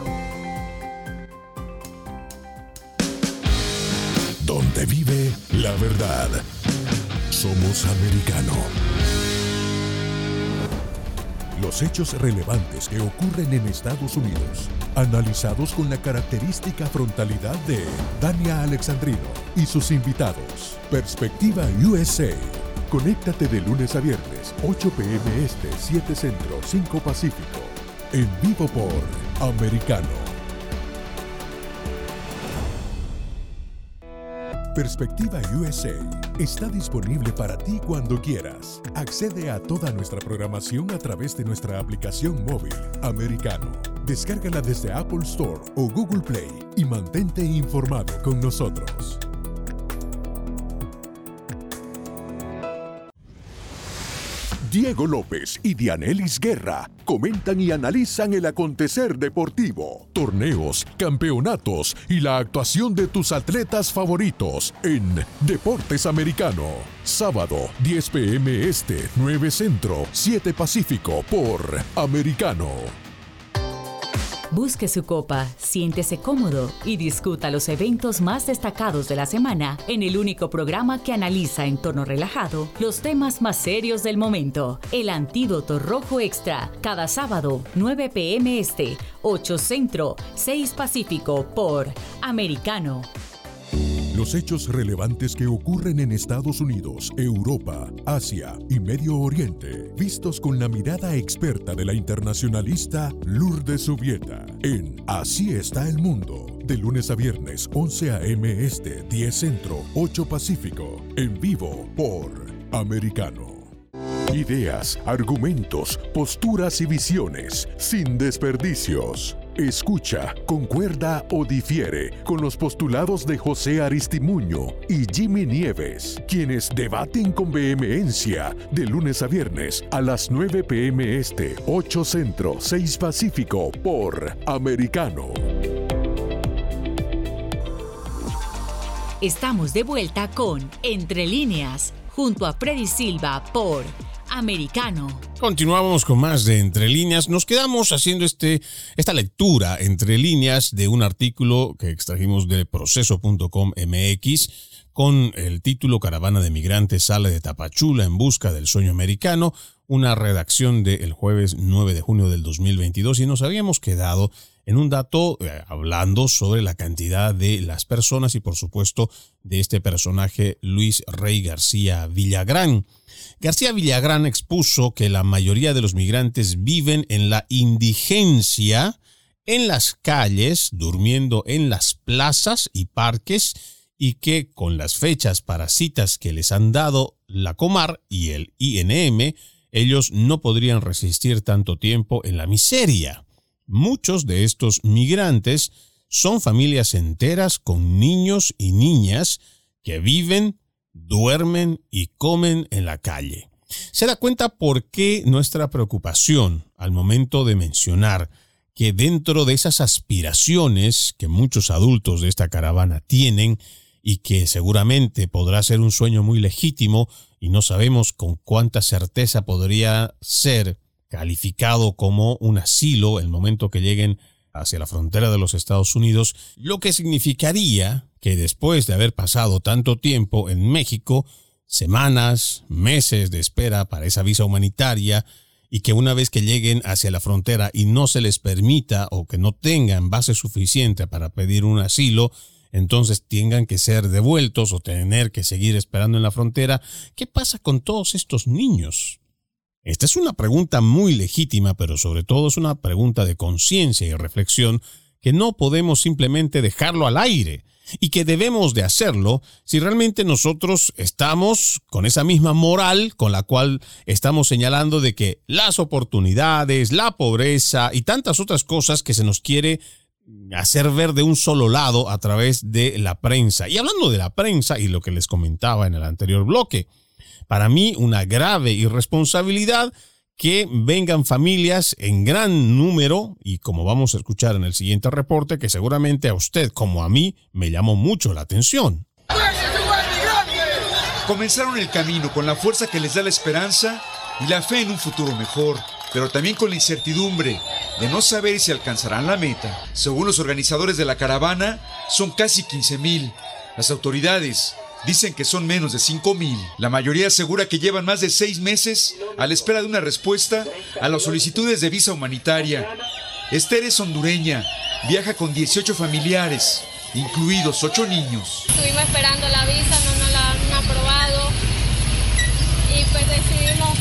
Donde vive la verdad. Somos Americano. Los hechos relevantes que ocurren en Estados Unidos, analizados con la característica frontalidad de Dania Alexandrino y sus invitados. Perspectiva USA. Conéctate de lunes a viernes, 8 p.m. Este, 7 Centro, 5 Pacífico. En vivo por Americano. Perspectiva USA está disponible para ti cuando quieras. Accede a toda nuestra programación a través de nuestra aplicación móvil, Americano. Descárgala desde Apple Store o Google Play y mantente informado con nosotros. Diego López y Dianelis Guerra comentan y analizan el acontecer deportivo, torneos, campeonatos y la actuación de tus atletas favoritos en Deportes Americano. Sábado, 10 p.m. Este, 9 Centro, 7 Pacífico por Americano. Busque su copa, siéntese cómodo y discuta los eventos más destacados de la semana en el único programa que analiza en tono relajado los temas más serios del momento. El Antídoto Rojo Extra, cada sábado, 9 p.m. Este, 8 Centro, 6 Pacífico por Americano. Los hechos relevantes que ocurren en Estados Unidos, Europa, Asia y Medio Oriente, vistos con la mirada experta de la internacionalista Lourdes Subieta, en Así está el mundo, de lunes a viernes, 11 a.m. Este, 10 Centro, 8 Pacífico, en vivo por Americano. Ideas, argumentos, posturas y visiones, sin desperdicios. Escucha, concuerda o difiere con los postulados de José Aristimuño y Jimmy Nieves, quienes debaten con vehemencia de lunes a viernes a las 9 p.m. Este, 8 Centro, 6 Pacífico por Americano. Estamos de vuelta con Entre Líneas, junto a Freddy Silva por Americano. Continuamos con más de Entre Líneas. Nos quedamos haciendo esta lectura entre líneas de un artículo que extrajimos de proceso.com.mx con el título Caravana de migrantes sale de Tapachula en busca del sueño americano. una redacción del jueves 9 de junio del 2022 y nos habíamos quedado en un dato hablando sobre la cantidad de las personas y por supuesto de este personaje Luis Rey García Villagrán. García Villagrán expuso que la mayoría de los migrantes viven en la indigencia, en las calles, durmiendo en las plazas y parques, y que con las fechas para citas que les han dado la Comar y el INM, ellos no podrían resistir tanto tiempo en la miseria. Muchos de estos migrantes son familias enteras con niños y niñas que viven, duermen y comen en la calle. Se da cuenta por qué nuestra preocupación al momento de mencionar que dentro de esas aspiraciones que muchos adultos de esta caravana tienen y que seguramente podrá ser un sueño muy legítimo y no sabemos con cuánta certeza podría ser calificado como un asilo el momento que lleguen hacia la frontera de los Estados Unidos, lo que significaría que después de haber pasado tanto tiempo en México, semanas, meses de espera para esa visa humanitaria, y que una vez que lleguen hacia la frontera y no se les permita o que no tengan base suficiente para pedir un asilo, entonces tengan que ser devueltos o tener que seguir esperando en la frontera. ¿Qué pasa con todos estos niños? Esta es una pregunta muy legítima, pero sobre todo es una pregunta de conciencia y reflexión que no podemos simplemente dejarlo al aire y que debemos de hacerlo si realmente nosotros estamos con esa misma moral con la cual estamos señalando de que las oportunidades, la pobreza y tantas otras cosas que se nos quiere hacer ver de un solo lado a través de la prensa. Y hablando de la prensa y lo que les comentaba en el anterior bloque, para mí una grave irresponsabilidad que vengan familias en gran número y como vamos a escuchar en el siguiente reporte, que seguramente a usted como a mí me llamó mucho la atención. Comenzaron el camino con la fuerza que les da la esperanza y la fe en un futuro mejor, pero también con la incertidumbre de no saber si alcanzarán la meta. Según los organizadores de la caravana, son casi 15,000. Las autoridades dicen que son menos de 5,000. La mayoría asegura que llevan más de 6 meses a la espera de una respuesta a las solicitudes de visa humanitaria. Esther es hondureña, viaja con 18 familiares, incluidos 8 niños. Estuvimos esperando la visa, no nos la han aprobado y pues decidimos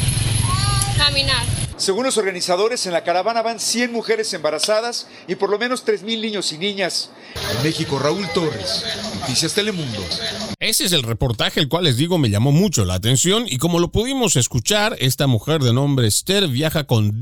caminar. Según los organizadores, en la caravana van 100 mujeres embarazadas y por lo menos 3,000 niños y niñas. En México, Raúl Torres, Noticias Telemundo. Ese es el reportaje, el cual les digo me llamó mucho la atención y como lo pudimos escuchar, esta mujer de nombre Esther viaja con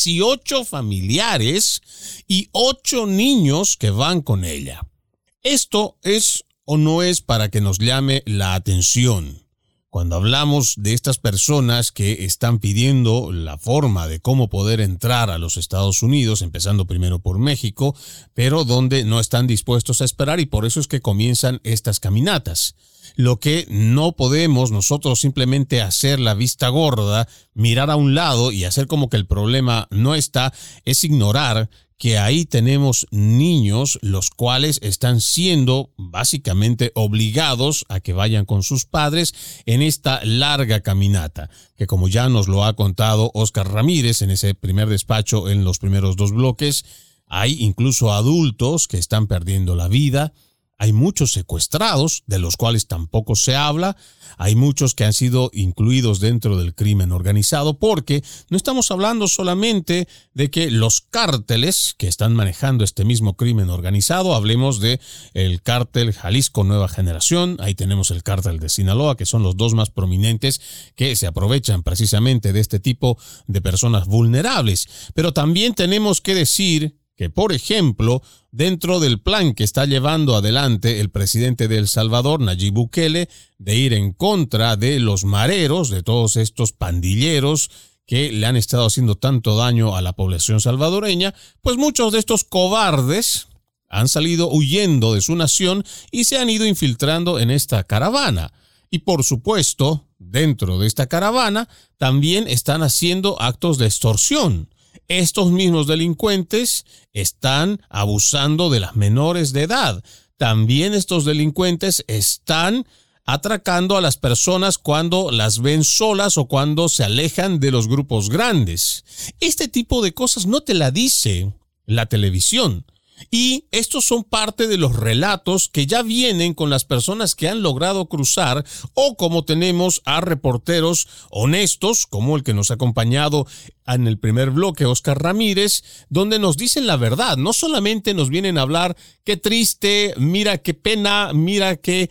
18 familiares y 8 niños que van con ella. ¿Esto es o no es para que nos llame la atención? Cuando hablamos de estas personas que están pidiendo la forma de cómo poder entrar a los Estados Unidos, empezando primero por México, pero donde no están dispuestos a esperar y por eso es que comienzan estas caminatas. Lo que no podemos nosotros simplemente hacer la vista gorda, mirar a un lado y hacer como que el problema no está, es ignorar que ahí tenemos niños los cuales están siendo básicamente obligados a que vayan con sus padres en esta larga caminata, que como ya nos lo ha contado Oscar Ramírez en ese primer despacho en los primeros 2 bloques, hay incluso adultos que están perdiendo la vida. Hay muchos secuestrados, de los cuales tampoco se habla. Hay muchos que han sido incluidos dentro del crimen organizado, porque no estamos hablando solamente de que los cárteles que están manejando este mismo crimen organizado, hablemos de el cártel Jalisco Nueva Generación, ahí tenemos el cártel de Sinaloa, que son los 2 más prominentes que se aprovechan precisamente de este tipo de personas vulnerables. Pero también tenemos que decir que, por ejemplo, dentro del plan que está llevando adelante el presidente de El Salvador, Nayib Bukele, de ir en contra de los mareros, de todos estos pandilleros que le han estado haciendo tanto daño a la población salvadoreña, pues muchos de estos cobardes han salido huyendo de su nación y se han ido infiltrando en esta caravana. Y por supuesto, dentro de esta caravana también están haciendo actos de extorsión. Estos mismos delincuentes están abusando de las menores de edad. También estos delincuentes están atracando a las personas cuando las ven solas o cuando se alejan de los grupos grandes. Este tipo de cosas no te la dice la televisión. Y estos son parte de los relatos que ya vienen con las personas que han logrado cruzar, o como tenemos a reporteros honestos, como el que nos ha acompañado en el primer bloque, Oscar Ramírez, donde nos dicen la verdad. No solamente nos vienen a hablar qué triste, mira qué pena, mira qué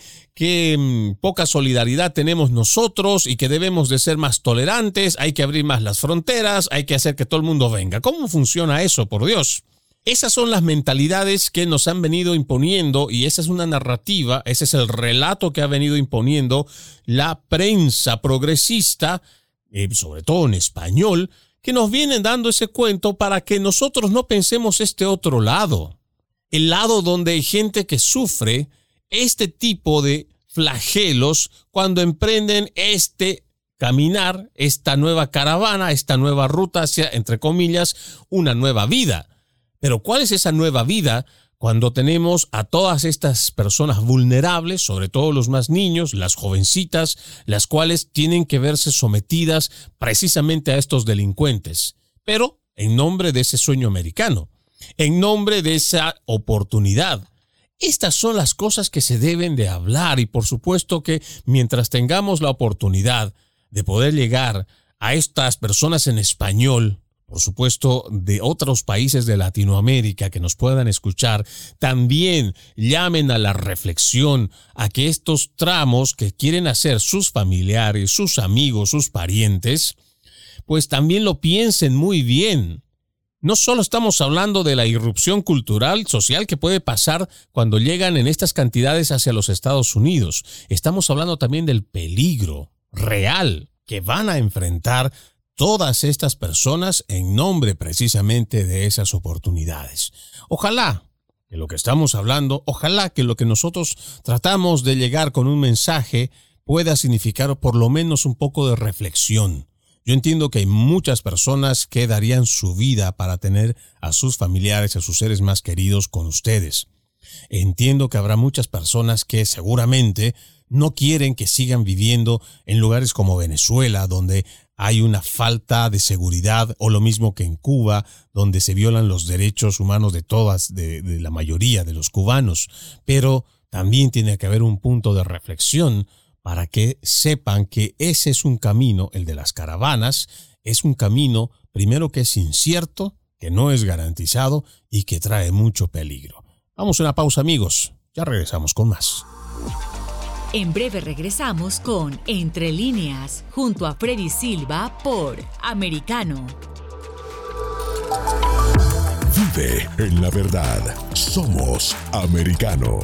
poca solidaridad tenemos nosotros y que debemos de ser más tolerantes, hay que abrir más las fronteras, hay que hacer que todo el mundo venga. ¿Cómo funciona eso, por Dios? Esas son las mentalidades que nos han venido imponiendo, y esa es una narrativa, ese es el relato que ha venido imponiendo la prensa progresista, sobre todo en español, que nos vienen dando ese cuento para que nosotros no pensemos este otro lado. El lado donde hay gente que sufre este tipo de flagelos cuando emprenden este caminar, esta nueva caravana, esta nueva ruta hacia, entre comillas, una nueva vida. Pero ¿cuál es esa nueva vida cuando tenemos a todas estas personas vulnerables, sobre todo los más niños, las jovencitas, las cuales tienen que verse sometidas precisamente a estos delincuentes? Pero en nombre de ese sueño americano, en nombre de esa oportunidad. Estas son las cosas que se deben de hablar, y por supuesto que mientras tengamos la oportunidad de poder llegar a estas personas en español, por supuesto, de otros países de Latinoamérica que nos puedan escuchar, también llamen a la reflexión, a que estos tramos que quieren hacer sus familiares, sus amigos, sus parientes, pues también lo piensen muy bien. No solo estamos hablando de la irrupción cultural, social que puede pasar cuando llegan en estas cantidades hacia los Estados Unidos. Estamos hablando también del peligro real que van a enfrentar todas estas personas en nombre precisamente de esas oportunidades. Ojalá que lo que estamos hablando, ojalá que lo que nosotros tratamos de llegar con un mensaje pueda significar por lo menos un poco de reflexión. Yo entiendo que hay muchas personas que darían su vida para tener a sus familiares, a sus seres más queridos con ustedes. Entiendo que habrá muchas personas que seguramente no quieren que sigan viviendo en lugares como Venezuela, donde hay una falta de seguridad, o lo mismo que en Cuba, donde se violan los derechos humanos de la mayoría de los cubanos. Pero también tiene que haber un punto de reflexión para que sepan que ese es un camino, el de las caravanas, es un camino, primero, que es incierto, que no es garantizado y que trae mucho peligro. Vamos a una pausa, amigos. Ya regresamos con más. En breve regresamos con Entre Líneas, junto a Freddy Silva por Americano. Vive en la verdad. Somos Americano.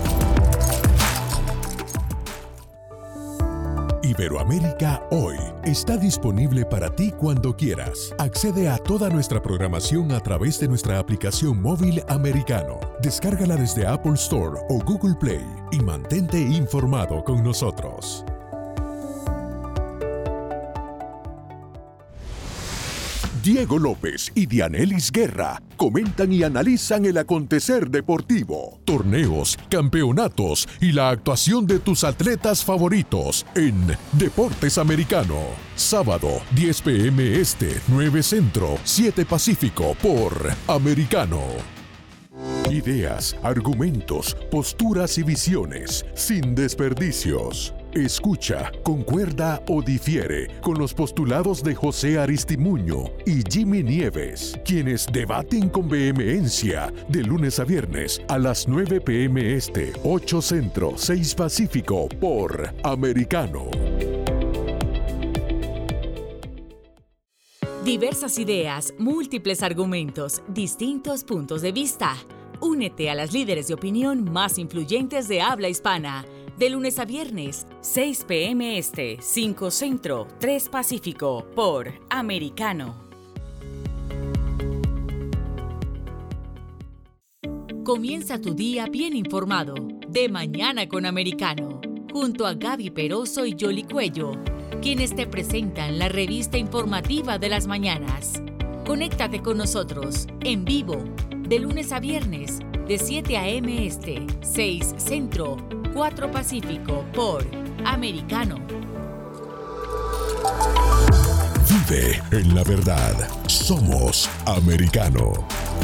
Iberoamérica Hoy está disponible para ti cuando quieras. Accede a toda nuestra programación a través de nuestra aplicación móvil Americano. Descárgala desde Apple Store o Google Play y mantente informado con nosotros. Diego López y Dianelis Guerra comentan y analizan el acontecer deportivo, torneos, campeonatos y la actuación de tus atletas favoritos en Deportes Americano. Sábado, 10 p.m. Este, 9 Centro, 7 Pacífico por Americano. Ideas, argumentos, posturas y visiones, sin desperdicios. Escucha, concuerda o difiere con los postulados de José Aristimuño y Jimmy Nieves, quienes debaten con vehemencia de lunes a viernes a las 9 p.m. Este, 8 Centro, 6 Pacífico por Americano. Diversas ideas, múltiples argumentos, distintos puntos de vista. Únete a las líderes de opinión más influyentes de habla hispana. De lunes a viernes, 6 p.m. Este, 5 Centro, 3 Pacífico, por Americano. Comienza tu día bien informado. De Mañana con Americano, junto a Gaby Peroso y Yoli Cuello, quienes te presentan la revista informativa de las mañanas. Conéctate con nosotros, en vivo, de lunes a viernes, de 7 a.m. Este, 6 Centro, 4 Pacífico, por Americano. Vive en la verdad. Somos Americano.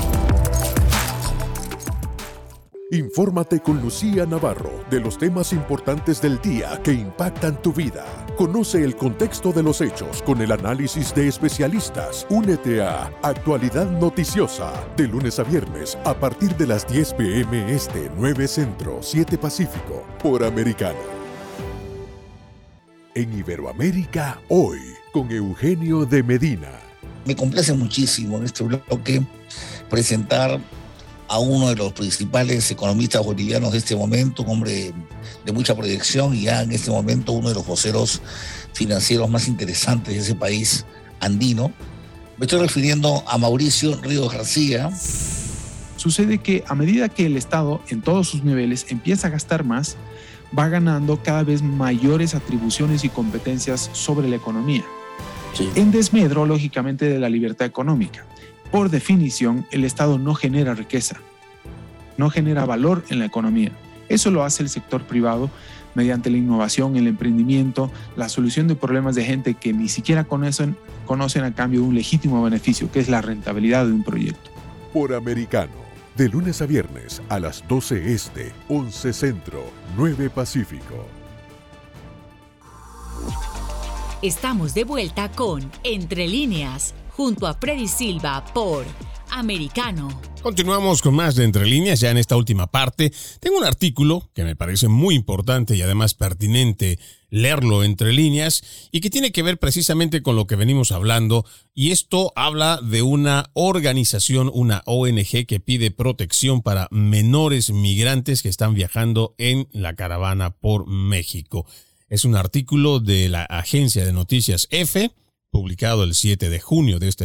Infórmate con Lucía Navarro de los temas importantes del día que impactan tu vida. Conoce el contexto de los hechos con el análisis de especialistas. Únete a Actualidad Noticiosa de lunes a viernes a partir de las 10 p.m. Este, 9 Centro, 7 Pacífico, por Americano. En Iberoamérica Hoy, con Eugenio de Medina. Me complace muchísimo en este bloque presentar a uno de los principales economistas bolivianos de este momento, un hombre de mucha proyección y ya en este momento uno de los voceros financieros más interesantes de ese país andino. Me estoy refiriendo a Mauricio Ríos García. Sucede que a medida que el Estado en todos sus niveles empieza a gastar más, va ganando cada vez mayores atribuciones y competencias sobre la economía. Sí. En desmedro, lógicamente, de la libertad económica. Por definición, el Estado no genera riqueza, no genera valor en la economía. Eso lo hace el sector privado mediante la innovación, el emprendimiento, la solución de problemas de gente que ni siquiera conocen a cambio de un legítimo beneficio, que es la rentabilidad de un proyecto. Por Americano, de lunes a viernes a las 12 Este, 11 Centro, 9 Pacífico. Estamos de vuelta con Entre Líneas, junto a Freddy Silva por Americano. Continuamos con más de Entre Líneas. Ya en esta última parte tengo un artículo que me parece muy importante y además pertinente leerlo entre líneas y que tiene que ver precisamente con lo que venimos hablando, y esto habla de una organización, una ONG que pide protección para menores migrantes que están viajando en la caravana por México. Es un artículo de la agencia de noticias EFE, publicado el 7 de junio de este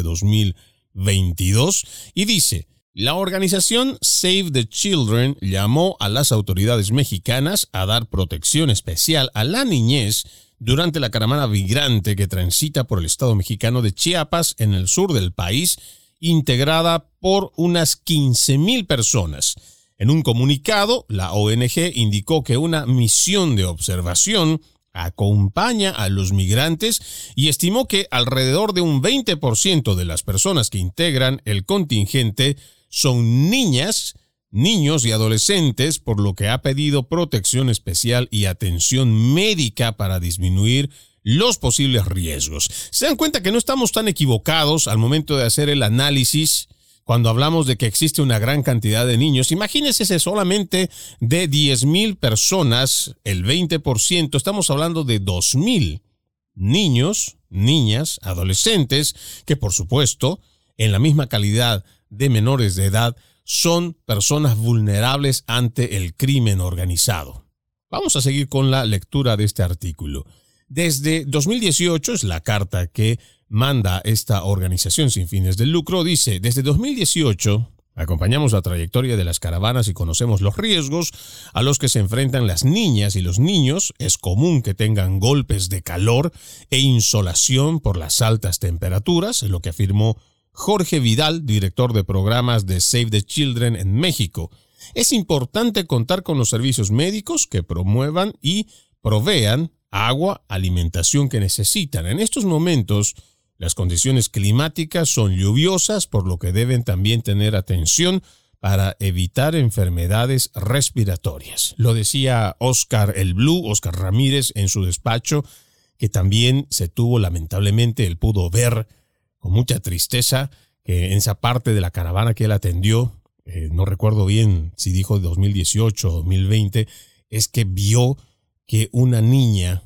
2022, y dice: la organización Save the Children llamó a las autoridades mexicanas a dar protección especial a la niñez durante la caravana migrante que transita por el estado mexicano de Chiapas en el sur del país, integrada por unas 15,000 personas. En un comunicado, la ONG indicó que una misión de observación acompaña a los migrantes y estimó que alrededor de un 20% de las personas que integran el contingente son niñas, niños y adolescentes, por lo que ha pedido protección especial y atención médica para disminuir los posibles riesgos. ¿Se dan cuenta que no estamos tan equivocados al momento de hacer el análisis cuando hablamos de que existe una gran cantidad de niños? Imagínense solamente de 10,000 personas, el 20%, estamos hablando de 2,000 niños, niñas, adolescentes, que por supuesto, en la misma calidad de menores de edad, son personas vulnerables ante el crimen organizado. Vamos a seguir con la lectura de este artículo. Desde 2018, es la carta que manda esta organización sin fines de lucro, dice: desde 2018 acompañamos la trayectoria de las caravanas y conocemos los riesgos a los que se enfrentan las niñas y los niños. Es común que tengan golpes de calor e insolación por las altas temperaturas, lo que afirmó Jorge Vidal, director de programas de Save the Children en México. Es importante contar con los servicios médicos que promuevan y provean agua, alimentación que necesitan. En estos momentos, las condiciones climáticas son lluviosas, por lo que deben también tener atención para evitar enfermedades respiratorias. Lo decía Oscar Ramírez en su despacho, que también se tuvo, lamentablemente, él pudo ver con mucha tristeza que en esa parte de la caravana que él atendió, no recuerdo bien si dijo 2018 o 2020, es que vio que una niña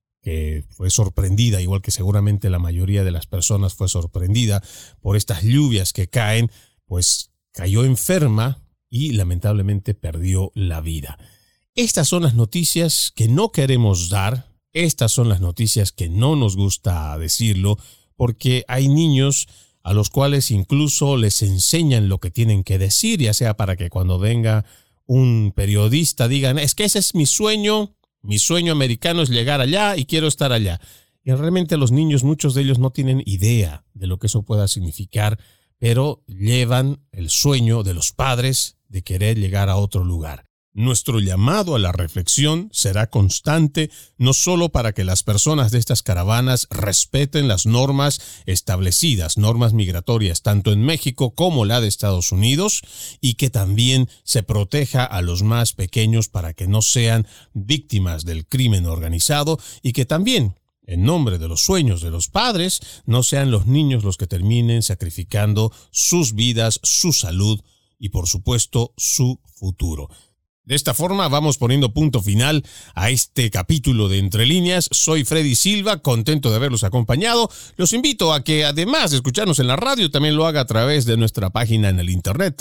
que fue sorprendida, igual que seguramente la mayoría de las personas fue sorprendida por estas lluvias que caen, pues cayó enferma y lamentablemente perdió la vida. Estas son las noticias que no queremos dar, estas son las noticias que no nos gusta decirlo, porque hay niños a los cuales incluso les enseñan lo que tienen que decir, ya sea para que cuando venga un periodista digan: es que ese es mi sueño americano es llegar allá y quiero estar allá. Y realmente los niños, muchos de ellos no tienen idea de lo que eso pueda significar, pero llevan el sueño de los padres de querer llegar a otro lugar. Nuestro llamado a la reflexión será constante, no solo para que las personas de estas caravanas respeten las normas establecidas, normas migratorias, tanto en México como la de Estados Unidos, y que también se proteja a los más pequeños para que no sean víctimas del crimen organizado, y que también, en nombre de los sueños de los padres, no sean los niños los que terminen sacrificando sus vidas, su salud y, por supuesto, su futuro. De esta forma vamos poniendo punto final a este capítulo de Entre Líneas. Soy Freddy Silva, contento de haberlos acompañado. Los invito a que, además de escucharnos en la radio, también lo haga a través de nuestra página en el internet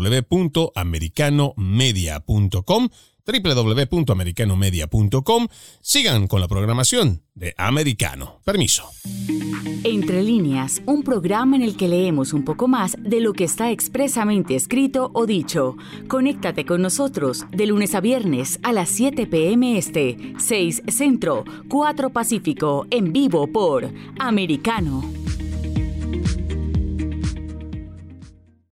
www.americanomedia.com www.americanomedia.com. Sigan con la programación de Americano. Permiso. Entre Líneas, un programa en el que leemos un poco más de lo que está expresamente escrito o dicho. Conéctate con nosotros de lunes a viernes a las 7 p.m. Este, 6 Centro, 4 Pacífico, en vivo por Americano.